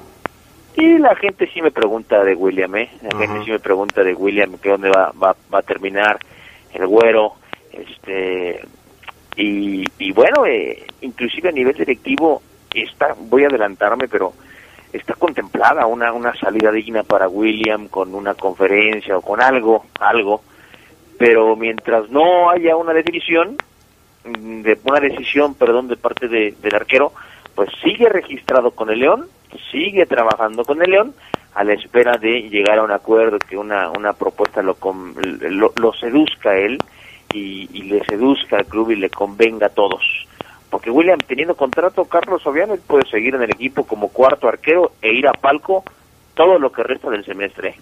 Y la gente sí me pregunta de William, ¿eh? La Ajá. gente sí me pregunta de William, que dónde va, va, va a terminar el güero, este, y, y bueno, eh, inclusive a nivel directivo, está, voy a adelantarme, pero está contemplada una, una salida digna para William con una conferencia o con algo, algo, pero mientras no haya una definición, de una decisión, perdón, de parte de, del arquero, pues sigue registrado con el León, sigue trabajando con el León, a la espera de llegar a un acuerdo, que una una propuesta lo lo, lo seduzca a él y, y le seduzca al club y le convenga a todos. Porque William, teniendo contrato, Carlos Fabián, él puede seguir en el equipo como cuarto arquero e ir a palco todo lo que resta del semestre.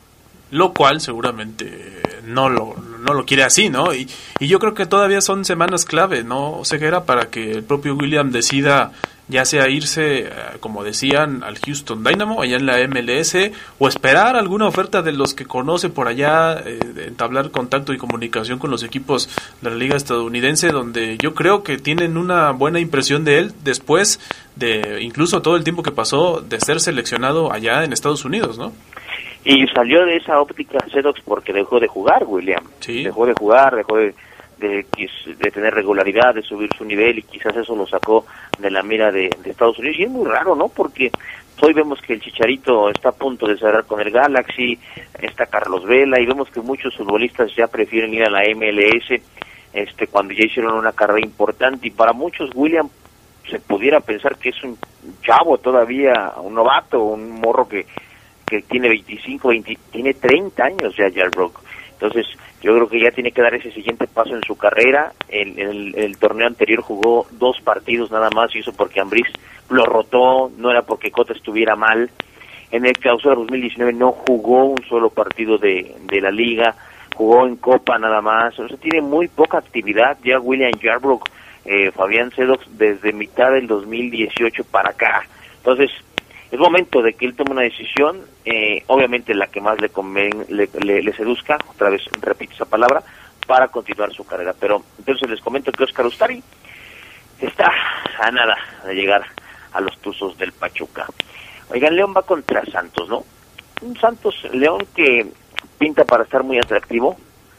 Lo cual seguramente no lo, no lo quiere así, ¿no? Y, y yo creo que todavía son semanas clave, ¿no, Ceguera? Para que el propio William decida ya sea irse, eh, como decían, al Houston Dynamo, allá en la M L S, o esperar alguna oferta de los que conoce por allá, eh, de entablar contacto y comunicación con los equipos de la liga estadounidense, donde yo creo que tienen una buena impresión de él después de incluso todo el tiempo que pasó de ser seleccionado allá en Estados Unidos, ¿no? Y salió de esa óptica Sedox porque dejó de jugar, William. Sí. Dejó de jugar, dejó de, de, de tener regularidad, de subir su nivel, y quizás eso lo sacó de la mira de, de Estados Unidos. Y es muy raro, ¿no? Porque hoy vemos que el Chicharito está a punto de cerrar con el Galaxy, está Carlos Vela, y vemos que muchos futbolistas ya prefieren ir a la M L S este, cuando ya hicieron una carrera importante. Y para muchos, William, se pudiera pensar que es un chavo todavía, un novato, un morro que que tiene veinticinco, veinte, tiene treinta años ya Yarbrough. Entonces, yo creo que ya tiene que dar ese siguiente paso en su carrera. En, en, el, en el torneo anterior jugó dos partidos nada más, y eso porque Ambriz lo rotó, no era porque Cota estuviera mal. En el Clausura dos mil diecinueve no jugó un solo partido de, de la liga, jugó en Copa nada más. O sea, tiene muy poca actividad ya William Yarbrough, eh, Fabián Sedox, desde mitad del dos mil dieciocho para acá. Entonces, es momento de que él tome una decisión, eh, obviamente la que más le, conven, le, le, le seduzca, otra vez repito esa palabra, para continuar su carrera. Pero entonces les comento que Óscar Ustari está a nada de llegar a los Tuzos del Pachuca. Oigan, León va contra Santos, ¿no? Un Santos León que pinta para estar muy atractivo,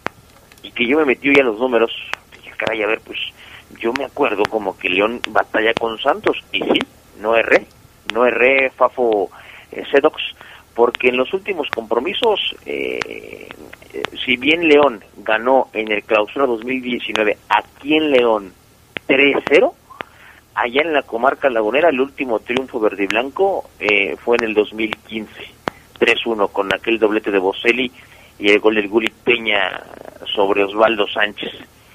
y que yo me metí ya en los números. Dije, caray, a ver, pues yo me acuerdo como que León batalla con Santos, y sí, no erré. No erré, Fafo eh, Sedox, porque en los últimos compromisos, eh, eh, si bien León ganó en el Clausura dos mil diecinueve aquí en León tres cero, allá en la comarca lagunera el último triunfo verde y blanco eh, fue en el dos mil quince, tres uno, con aquel doblete de Boselli y el gol del Gullit Peña sobre Osvaldo Sánchez,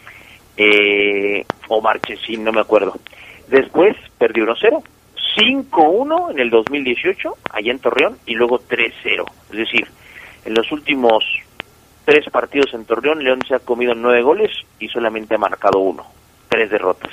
eh, o Marchesín, no me acuerdo. Después perdió uno cero. cinco uno en el dos mil dieciocho, allá en Torreón, y luego tres cero. Es decir, en los últimos tres partidos en Torreón, León se ha comido nueve goles y solamente ha marcado uno. Tres derrotas.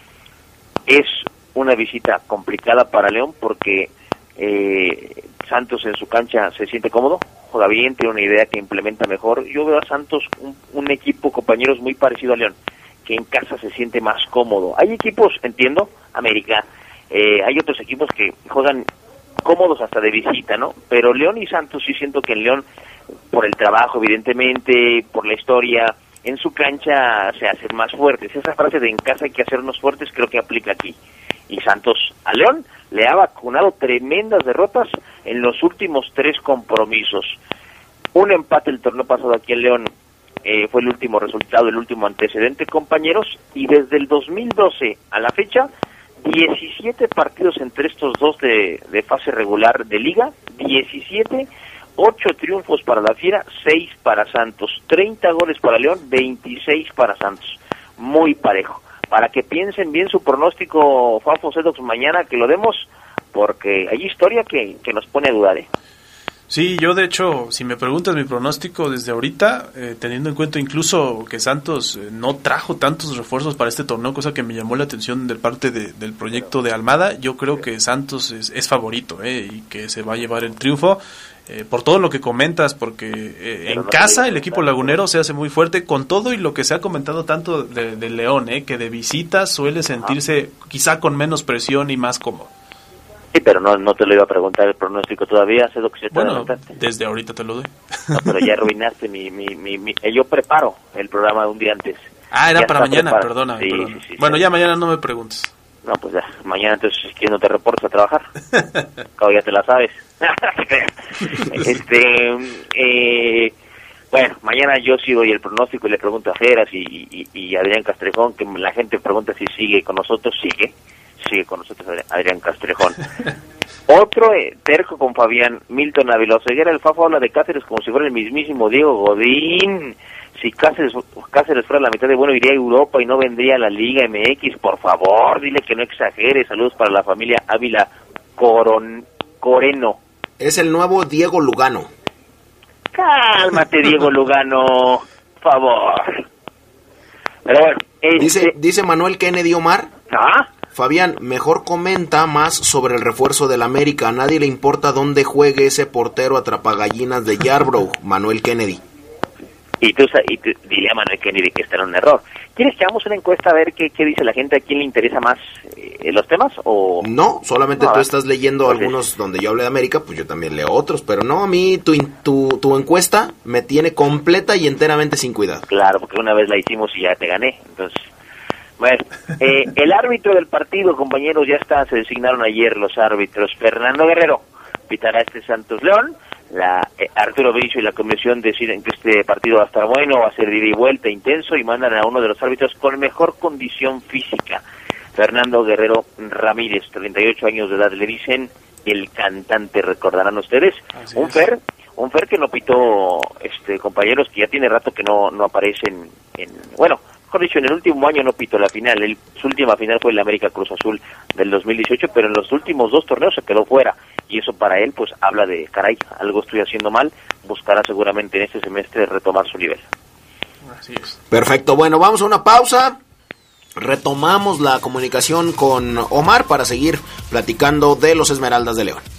Es una visita complicada para León porque eh, Santos en su cancha se siente cómodo, juega bien, tiene una idea que implementa mejor. Yo veo a Santos un, un equipo, compañeros, muy parecido a León, que en casa se siente más cómodo. Hay equipos, entiendo, América, Eh, hay otros equipos que juegan cómodos hasta de visita, ¿no? Pero León y Santos sí siento que en León, por el trabajo, evidentemente, por la historia, en su cancha se hacen más fuertes. Esa frase de en casa hay que hacernos fuertes creo que aplica aquí. Y Santos a León le ha vacunado tremendas derrotas en los últimos tres compromisos. Un empate el torneo pasado aquí en León eh, fue el último resultado, el último antecedente, compañeros, y desde el dos mil doce a la fecha, diecisiete partidos entre estos dos de, de fase regular de liga, diecisiete, ocho triunfos para la Fiera, seis para Santos, treinta goles para León, veintiséis para Santos, muy parejo. Para que piensen bien su pronóstico, Fafo Sedox, mañana que lo demos, porque hay historia que, que nos pone a dudar, ¿eh? Sí, yo de hecho, si me preguntas mi pronóstico desde ahorita, eh, teniendo en cuenta incluso que Santos eh, no trajo tantos refuerzos para este torneo, cosa que me llamó la atención del parte de, del proyecto de Almada, yo creo que Santos es, es favorito eh, y que se va a llevar el triunfo. Eh, por todo lo que comentas, porque eh, en casa el equipo lagunero se hace muy fuerte con todo y lo que se ha comentado tanto de, de León, eh, que de visita suele sentirse quizá con menos presión y más cómodo. Sí, pero no no te lo iba a preguntar el pronóstico todavía, sé lo que se te Bueno, desde ahorita te lo doy. No, pero ya arruinaste mi, mi, mi, mi... Yo preparo el programa un día antes. Ah, era ya para mañana, preparado. perdona. Sí, perdona. Sí, sí, bueno, sí. ya mañana no me preguntes. No, pues ya, mañana entonces si quieres no te reportes a trabajar. Claro, ya te la sabes. este, eh, bueno, mañana yo sí doy el pronóstico y le pregunto a Feras y, y, y Adrián Castrejón, que la gente pregunta si sigue con nosotros, sigue. sigue con nosotros Adrián Castrejón. Otro eh, terco con Fabián, Milton Ávila Oseguera. El Fafo habla de Cáceres como si fuera el mismísimo Diego Godín. Si Cáceres, Cáceres fuera la mitad de bueno, iría a Europa y no vendría a la Liga M X. Por favor, dile que no exagere. Saludos para la familia Ávila Coron, Coreno. Es el nuevo Diego Lugano. Cálmate, Diego Lugano, por favor. Pero bueno, este... dice, dice Manuel Kennedy Omar. ¿Ah? Fabián, mejor comenta más sobre el refuerzo del América. A nadie le importa dónde juegue ese portero atrapagallinas de Yarbrough, Manuel Kennedy. Y tú, y tú dile a Manuel Kennedy que está en un error. ¿Quieres que hagamos una encuesta a ver qué, qué dice la gente? ¿A quién le interesa más eh, los temas? O no, solamente no, tú estás leyendo pues algunos es... donde yo hablé de América, pues yo también leo otros. Pero no, a mí tu, tu, tu encuesta me tiene completa y enteramente sin cuidado. Claro, porque una vez la hicimos y ya te gané, entonces... Bueno, eh, el árbitro del partido, compañeros, ya está, se designaron ayer los árbitros. Fernando Guerrero pitará este Santos León. La eh, Arturo Bricio y la comisión deciden que este partido va a estar bueno, va a ser de ida y vuelta, intenso, y mandan a uno de los árbitros con mejor condición física. Fernando Guerrero Ramírez, treinta y ocho años de edad, le dicen el cantante, recordarán ustedes. Así un es. Fer, un Fer que no pitó, este compañeros, que ya tiene rato que no, no aparece en, en bueno, mejor dicho, en el último año no pitó la final. El, su última final fue el América Cruz Azul del dos mil dieciocho, pero en los últimos dos torneos se quedó fuera. Y eso para él, pues, habla de, caray, algo estoy haciendo mal. Buscará seguramente en este semestre retomar su nivel. Así es. Perfecto. Bueno, vamos a una pausa. Retomamos la comunicación con Omar para seguir platicando de los Esmeraldas de León.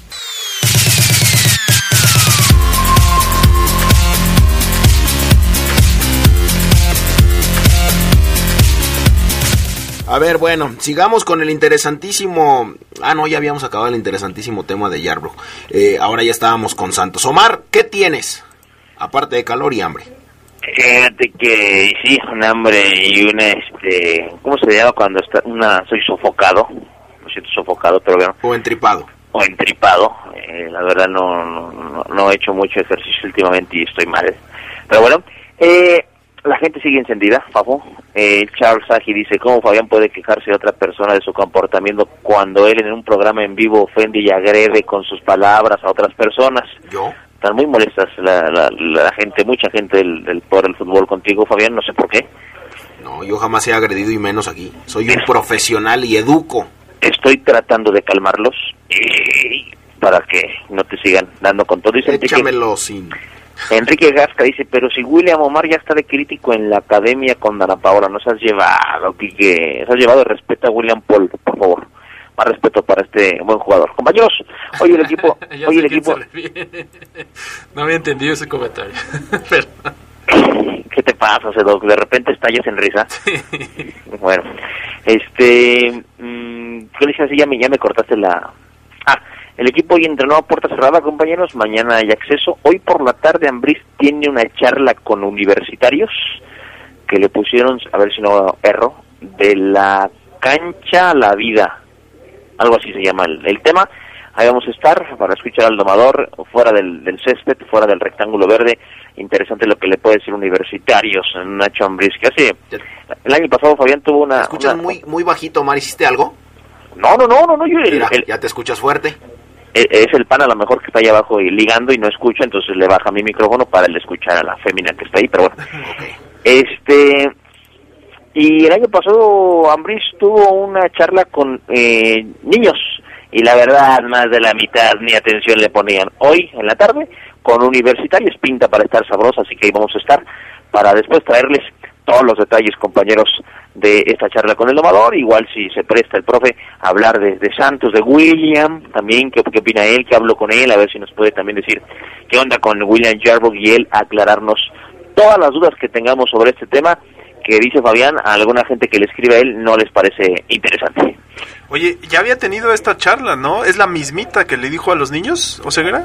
A ver, bueno, sigamos con el interesantísimo... Ah, no, ya habíamos acabado el interesantísimo tema de Yarbrough. Eh, ahora ya estábamos con Santos. Omar, ¿qué tienes? Aparte de calor y hambre. Fíjate que sí, un hambre y una, este... ¿Cómo se llama cuando está una... Soy sofocado? Me siento sofocado, pero bueno. O entripado. O entripado. Eh, la verdad no, no, no he hecho mucho ejercicio últimamente y estoy mal. Pero bueno, eh... la gente sigue encendida, Fafo. Eh, Charles Sagi dice, ¿cómo Fabián puede quejarse de otra persona de su comportamiento cuando él en un programa en vivo ofende y agrede con sus palabras a otras personas? ¿Yo? Están muy molestas la, la, la gente, mucha gente del, del por el fútbol contigo, Fabián, no sé por qué. No, yo jamás he agredido y menos aquí. Soy un profesional y educo. Estoy tratando de calmarlos eh, para que no te sigan dando con todo. Dice Échamelo que... sin... Enrique Gasca dice, pero si William Omar ya está de crítico en la academia con Dana Paola, nos has llevado, Quique, nos has llevado, respeta a William Paul, por favor, más respeto para este buen jugador. Compañeros, hoy el equipo, hoy el equipo... No había entendido ese comentario. Pero... ¿Qué te pasa, Cedoc? De repente estallas en risa. Bueno, este, mmm, ¿qué le dices? Ya me, ya me cortaste la... Ah, el equipo hoy entrenó a puerta cerrada, compañeros. Mañana hay acceso. Hoy por la tarde Ambriz tiene una charla con universitarios que le pusieron, a ver si no erro, de la cancha a la vida. Algo así se llama el, el tema. Ahí vamos a estar para escuchar al domador fuera del, del césped, fuera del rectángulo verde. Interesante lo que le puede decir universitarios, Nacho Ambriz, que hace... El año pasado Fabián tuvo una... ¿Escuchas una, muy muy bajito, Omar? ¿Hiciste algo? No, no, no, no, no yo... Mira, el, ya te escuchas fuerte. Es el pan a lo mejor que está ahí abajo y ligando y no escucha, entonces le baja mi micrófono para el escuchar a la fémina que está ahí, pero bueno. Okay. Este... Y el año pasado Ambriz tuvo una charla con eh, niños y la verdad más de la mitad ni atención le ponían. Hoy en la tarde con universitarios pinta para estar sabrosa, así que ahí vamos a estar para después traerles todos los detalles, compañeros, de esta charla con el domador. Igual si se presta el profe a hablar de, de Santos, de William, también qué, qué opina él, que hablo con él, a ver si nos puede también decir qué onda con William Yarbrough y él aclararnos todas las dudas que tengamos sobre este tema, que dice Fabián, a alguna gente que le escribe a él no les parece interesante. Oye, ya había tenido esta charla, ¿no? ¿Es la mismita que le dijo a los niños, Oseguera?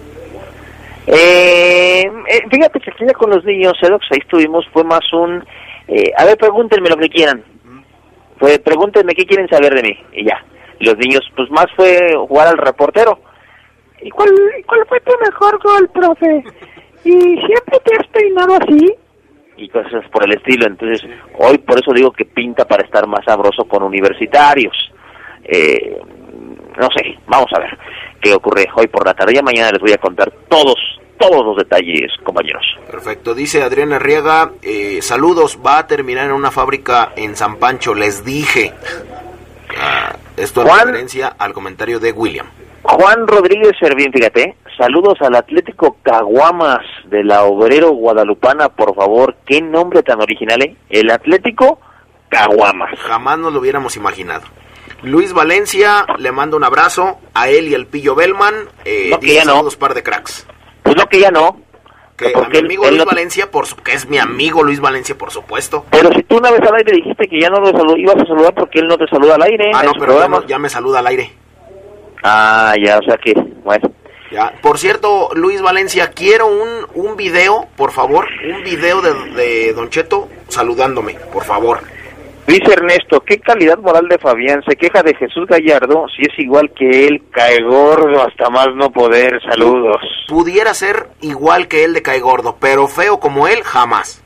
Eh, eh, fíjate que aquí ya con los niños, Edox, ahí estuvimos, fue más un... Eh, a ver, pregúntenme lo que quieran. Pues pregúntenme qué quieren saber de mí, y ya. Y los niños, pues más fue jugar al reportero. ¿Y cuál, cuál fue tu mejor gol, profe? ¿Y siempre te has peinado así? Y cosas por el estilo. Entonces, hoy por eso digo que pinta para estar más sabroso con universitarios. Eh, no sé, vamos a ver qué ocurre hoy por la tarde. Ya mañana les voy a contar todos, todos los detalles, compañeros. Perfecto, dice Adriana Arriaga, eh, saludos, va a terminar en una fábrica en San Pancho, les dije. Ah, esto en Juan, referencia al comentario de William. Juan Rodríguez Servín, fíjate, saludos al Atlético Caguamas de la Obrero Guadalupana, por favor, qué nombre tan original, ¿eh? El Atlético Caguamas. Jamás nos lo hubiéramos imaginado. Luis Valencia, le mando un abrazo a él y al Pillo Bellman, eh, No, que dice ya no. saludos par de cracks. Pues no, que ya no. Que a mi amigo Luis Valencia, por su, que es mi amigo Luis Valencia, por supuesto. Pero si tú una vez al aire dijiste que ya no lo salud, ibas a saludar porque él no te saluda al aire. Ah, no, en pero ya, no, ya me saluda al aire. Ah, ya, o sea que, bueno. Ya. Por cierto, Luis Valencia, quiero un, un video, por favor, un video de, de Don Cheto saludándome, por favor. Dice Ernesto, qué calidad moral de Fabián, se queja de Jesús Gallardo, si es igual que él, cae gordo hasta más no poder, saludos. Pudiera ser igual que él de cae gordo, pero feo como él, jamás.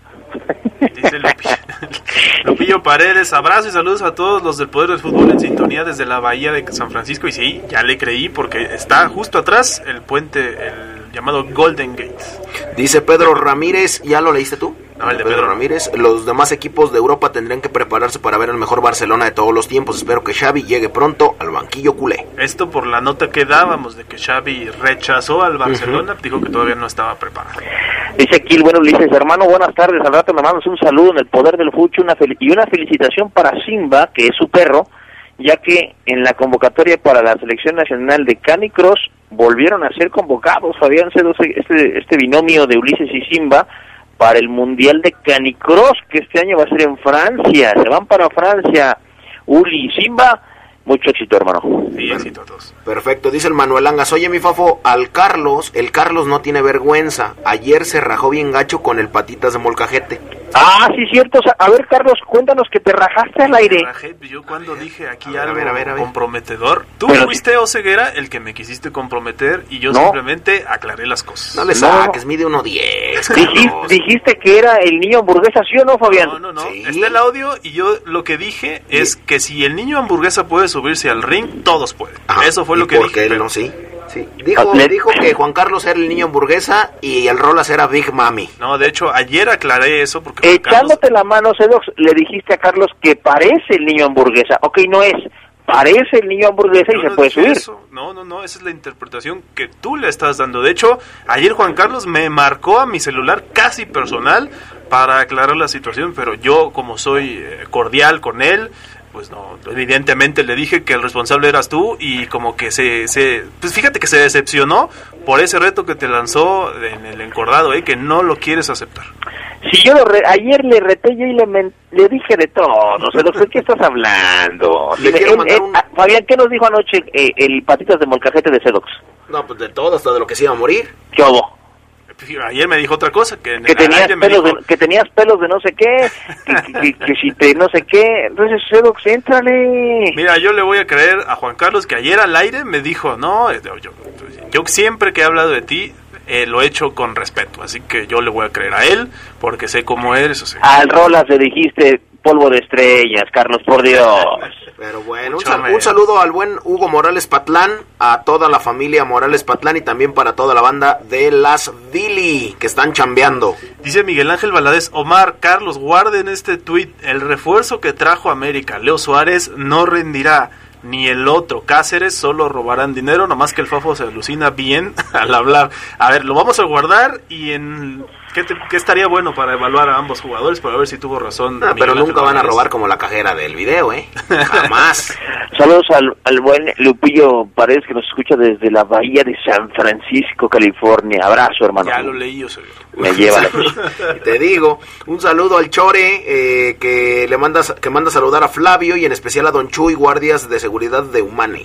Dice Lupillo, Lupillo Paredes, abrazo y saludos a todos los del Poder del Fútbol en sintonía desde la Bahía de San Francisco. Y sí, ya le creí porque está justo atrás el puente, el llamado Golden Gate. Dice Pedro Ramírez, ¿ya lo leíste tú? No, el de Pedro, Pedro Ramírez. Los demás equipos de Europa tendrían que prepararse para ver el mejor Barcelona de todos los tiempos. Espero que Xavi llegue pronto al banquillo culé. Esto por la nota que dábamos de que Xavi rechazó al Barcelona, uh-huh. Dijo que todavía no estaba preparado. Dice aquí el bueno Ulises, hermano, buenas tardes, al rato me mandas un saludo en el Poder del Fucho una fel- y una felicitación para Simba, que es su perro, ya que en la convocatoria para la selección nacional de Canicross volvieron a ser convocados, Fabián Cedo, este, este binomio de Ulises y Simba, para el Mundial de Canicross, que este año va a ser en Francia, se van para Francia, Uli y Simba, mucho éxito, hermano. Sí, éxito a todos. Perfecto, dice el Manuel Angas, oye mi Fafo, al Carlos, el Carlos no tiene vergüenza, ayer se rajó bien gacho con el patitas de molcajete. Ah, sí, cierto, a ver Carlos, cuéntanos que te rajaste al aire. Rajé, yo cuando dije aquí a ver, algo a ver, a ver, a ver. comprometedor, tú Pero fuiste, Oseguera, el que me quisiste comprometer y yo no. simplemente aclaré las cosas. No le saques, no. Mide uno diez. Dijiste, dijiste que era el niño hamburguesa, ¿sí o no, Fabián? No, no, no, ¿Sí? está el audio y yo lo que dije sí. es que si el niño hamburguesa puede subirse al ring, todos pueden. Ajá. Eso fue lo que porque dije. Él pero... no, sí. Sí. Dijo, dijo que Juan Carlos era el niño hamburguesa y el Rolas era Big Mami. No, de hecho, ayer aclaré eso porque... Juan Echándote Carlos... la mano, Cedox, le dijiste a Carlos que parece el niño hamburguesa. Ok, no es, parece el niño hamburguesa no, y se no puede subir. Eso. No, no, no, esa es la interpretación que tú le estás dando. De hecho, ayer Juan Carlos me marcó a mi celular casi personal para aclarar la situación, pero yo, como soy cordial con él... pues no, evidentemente le dije que el responsable eras tú y como que se, se pues fíjate que se decepcionó por ese reto que te lanzó en el encordado, eh, que no lo quieres aceptar. Si yo lo re- ayer le reté yo y le, men- le dije de todo, ¿de qué estás hablando? Le quiero Él, mandar él, un- a- Fabián, ¿qué nos dijo anoche eh, el patitas de molcajete de Cedox? No, pues de todo, hasta de lo que se iba a morir. ¿Qué hubo? Ayer me dijo otra cosa, que en Que el tenías, aire me pelos dijo, de, que tenías pelos de no sé qué, que, que, que, que si te no sé qué, entonces Cedox, éntrale. mira, yo le voy a creer a Juan Carlos que ayer al aire me dijo, no, yo, yo, yo siempre que he hablado de ti, eh, lo he hecho con respeto, así que yo le voy a creer a él, porque sé cómo eres. O sea, Al Rolas le dijiste polvo de estrellas, Carlos, por Dios. Pero bueno, un, Mucho sal- menos. un saludo al buen Hugo Morales Patlán, a toda la familia Morales Patlán y también para toda la banda de Las Dili que están chambeando. dice Miguel Ángel Valadez, Omar, Carlos, guarden este tuit, el refuerzo que trajo América, Leo Suárez, no rendirá, ni el otro, Cáceres, solo robarán dinero, nomás que el Fafo se alucina bien al hablar. A ver, lo vamos a guardar y en... ¿Qué, te, ¿Qué estaría bueno para evaluar a ambos jugadores? Para ver si tuvo razón. Ah, pero Miguel nunca Ángel van a Valadez. robar como la cajera del video, ¿eh? Jamás. Saludos al, al buen Lupillo Paredes que nos escucha desde la Bahía de San Francisco, California. Abrazo, hermano. Ya lo leí yo, soy yo. Me lleva la Te digo, un saludo al Chore, eh, que le manda, que manda saludar a Flavio y en especial a Don Chuy, guardias de seguridad de Humane.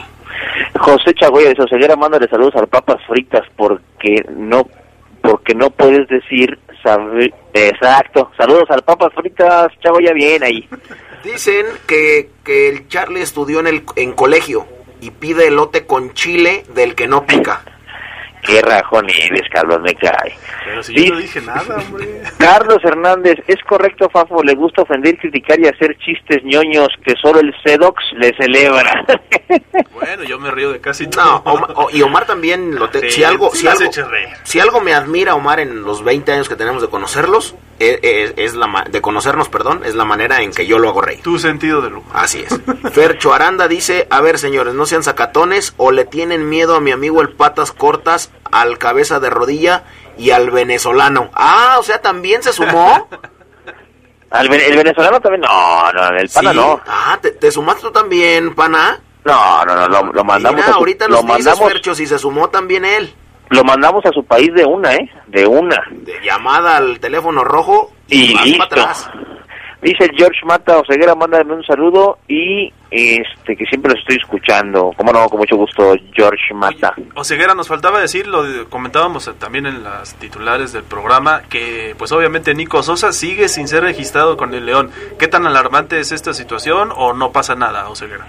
José Chagoya de Soseguera, mándale saludos al Papas Fritas porque no porque no puedes decir sabe, exacto. Saludos al Papas Fritas, Chagoya, bien ahí. Dicen que, que el Charlie estudió en el en colegio y pide elote con chile del que no pica. Qué rajón eres, Carlos, me cae. Pero si Sí. yo no dije nada, hombre. Carlos Hernández, ¿es correcto, Fafo? ¿Le gusta ofender, criticar y hacer chistes ñoños que solo el Sedox le celebra? Bueno, yo me río de casi No, todo. Omar- o- y Omar también, lo te- Sí, si algo, sí si las algo, eches reír. si algo me admira Omar en los veinte años que tenemos de conocerlos, es, es- es la ma- de conocernos, perdón, es la manera en que yo lo hago reír. Tu sentido del humor. Así es. Fercho Aranda dice, a ver señores, no sean sacatones o le tienen miedo a mi amigo el patas cortas, al cabeza de rodilla y al venezolano. Ah, o sea, también se sumó. ¿Al ve- ¿El venezolano también? No, no, el pana Sí. no. Ah, ¿te, te sumaste tú también, pana? No, no, no, lo, lo mandamos Mira, a su, ahorita lo nos dices, mandamos, Fercho, si se sumó también él. lo mandamos a su país de una, ¿eh? De una. De llamada al teléfono rojo Y vas listo. para atrás. Dice George Mata Oseguera, mándame un saludo y este que siempre los estoy escuchando. Cómo no, con mucho gusto, George Mata. Oye, Oseguera, nos faltaba decir, lo de- comentábamos también en las titulares del programa, que pues obviamente Nico Sosa sigue sin ser registrado con el León. ¿Qué tan alarmante es esta situación o no pasa nada, Oseguera?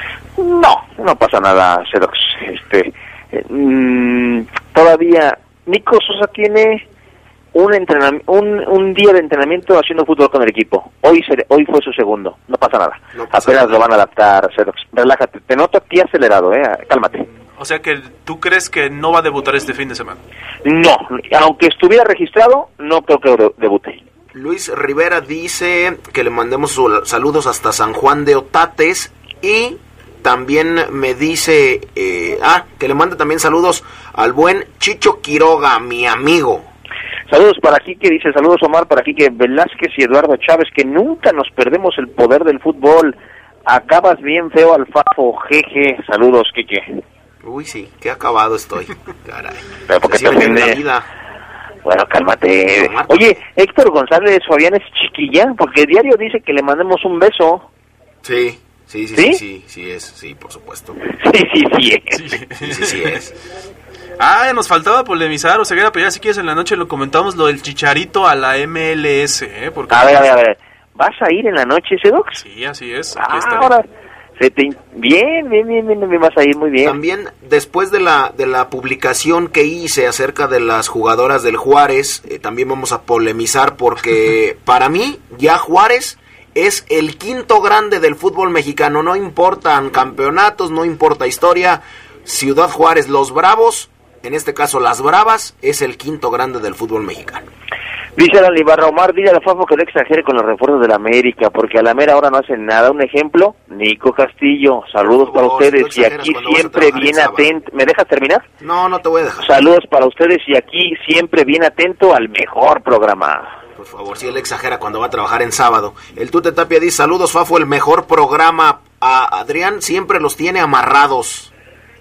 No, no pasa nada, Sedox. Este, eh, mm, todavía Nico Sosa tiene un, entrenam- un un día de entrenamiento haciendo fútbol con el equipo. Hoy se, hoy fue su segundo. No pasa nada. No pasa Apenas nada. lo van a adaptar, Sedox. Relájate. Te noto a ti acelerado, eh. Cálmate. O sea que tú crees que no va a debutar este fin de semana. No, aunque estuviera registrado, no creo que de- debute. Luis Rivera dice que le mandemos su- saludos hasta San Juan de Otates y también me dice, eh, ah, que le mande también saludos al buen Chicho Quiroga, mi amigo. Saludos para Quique, dice saludos Omar, para Quique Velázquez y Eduardo Chávez, que nunca nos perdemos el poder del fútbol. Acabas bien feo al Fafo, jeje. Saludos, Quique. Uy, sí, qué acabado estoy. Caray. Pero porque Así me viene también la de- vida. Bueno, cálmate. Omar, Oye, Héctor González Fabián es chiquilla, porque el diario dice que le mandemos un beso. Sí, sí, sí, ¿Sí? sí, sí, sí es, sí, por supuesto. Sí, sí, sí. es. Sí. Sí, sí, sí es. Ah, nos faltaba polemizar, Oseguera, pero ya si quieres en la noche lo comentamos, lo del Chicharito a la M L S, ¿eh? Porque... A ver, a ver, a ver. ¿Vas a ir en la noche, Sedox? Sí, así es. aquí Ah, estaré. ahora. Se te... in- Bien, bien, bien, bien, bien, vas a ir muy bien. También después de la de la publicación que hice acerca de las jugadoras del Juárez, eh, también vamos a polemizar porque para mí ya Juárez es el quinto grande del fútbol mexicano. No importan campeonatos, no importa historia. Ciudad Juárez, los Bravos, en este caso las Bravas, es el quinto grande del fútbol mexicano. Dice Alan Ibarra, Omar, dile a Fafo que no exagere con los refuerzos de la América, porque a la mera ahora no hacen nada. Un ejemplo, Nico Castillo, saludos Por para favor, ustedes no y exageras aquí cuando vas a siempre trabajar bien el sábado. atento. ¿Me dejas terminar? No, no te voy a dejar. Saludos para ustedes y aquí siempre bien atento al mejor programa. Por favor, si él exagera cuando va a trabajar en sábado. El Tute Tapia dice, saludos Fafo, el mejor programa. A Adrián siempre los tiene amarrados.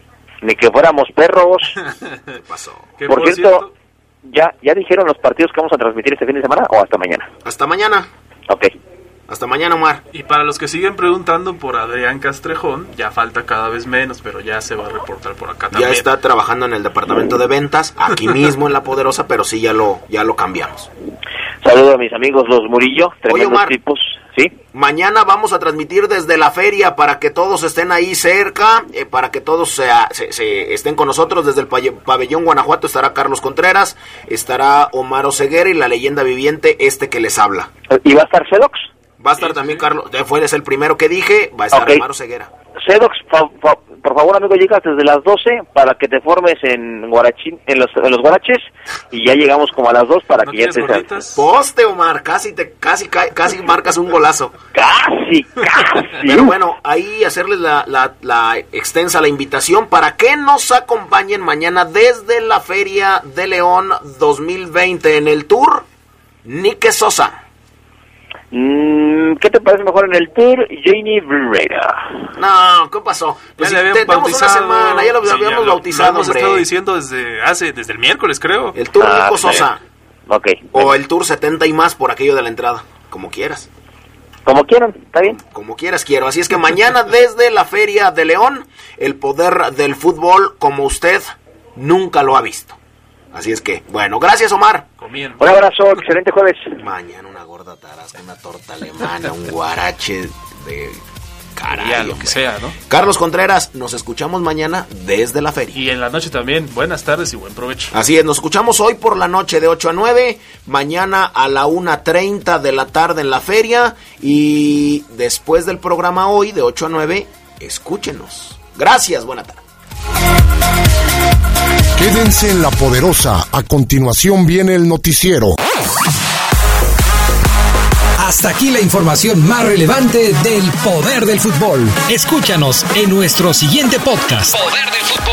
Ni que fuéramos perros. ¿Qué pasó? Que, Por cierto, ¿ya ya dijeron los partidos que vamos a transmitir este fin de semana o hasta mañana? Hasta mañana. Ok. Hasta mañana, Omar. y para los que siguen preguntando por Adrián Castrejón, ya falta cada vez menos, pero ya se va a reportar por acá también. Ya está trabajando en el departamento de ventas, aquí mismo en La Poderosa, pero sí ya lo ya lo cambiamos. Saludos a mis amigos los Murillo, tremendos Omar. tipos. ¿Sí? Mañana vamos a transmitir desde la feria para que todos estén ahí cerca, eh, para que todos se, se- se estén con nosotros. Desde el paye- pabellón Guanajuato estará Carlos Contreras, estará Omar Oseguera y la leyenda viviente, este que les habla. ¿Y va a estar Sedox? Va a estar Sí, también sí. Carlos, ya fue es el primero que dije, va a estar Ok. Omar Oseguera. Sedox, fa- fa- por favor, amigo, llegas desde las doce para que te formes en Guarachín, en los, en los Guaraches, y ya llegamos como a las dos para ¿No que ya quieres estés... gorditas? Poste, Omar, casi te casi ca- casi marcas un golazo. Casi, casi. Pero bueno, ahí hacerles la, la, la extensa la invitación para que nos acompañen mañana desde la Feria de León dos mil veinte en el Tour Nique Sosa. Mm, ¿Qué te parece mejor en el tour, Janie Rivera? No, ¿qué pasó? Pues ya si le habían tenemos una bautizado. semana, ya lo Sí, habíamos ya lo- bautizado, Lo hemos hombre. estado diciendo desde hace desde el miércoles, creo. El Tour Ah, Nico sí. Sosa Ok. o el Tour setenta y más por aquello de la entrada, como quieras. Como quieran, ¿está bien? Como quieras quiero. Así es que mañana desde la Feria de León, el poder del fútbol como usted nunca lo ha visto. Así es que, bueno, gracias Omar. Comiendo. Un abrazo, excelente jueves. Mañana una gorda tarasca, una torta alemana, un guarache de Caray, ya, lo hombre. que sea, ¿no? Carlos Contreras, nos escuchamos mañana desde la feria. Y en la noche también, buenas tardes y buen provecho. Así es, nos escuchamos hoy por la noche de ocho a nueve, mañana a la una treinta de la tarde en la feria y después del programa hoy de ocho a nueve, escúchenos. Gracias, buena tarde. Quédense en La Poderosa, a continuación viene el noticiero. Hasta aquí la información más relevante del poder del fútbol. Escúchanos en nuestro siguiente podcast. Poder del fútbol.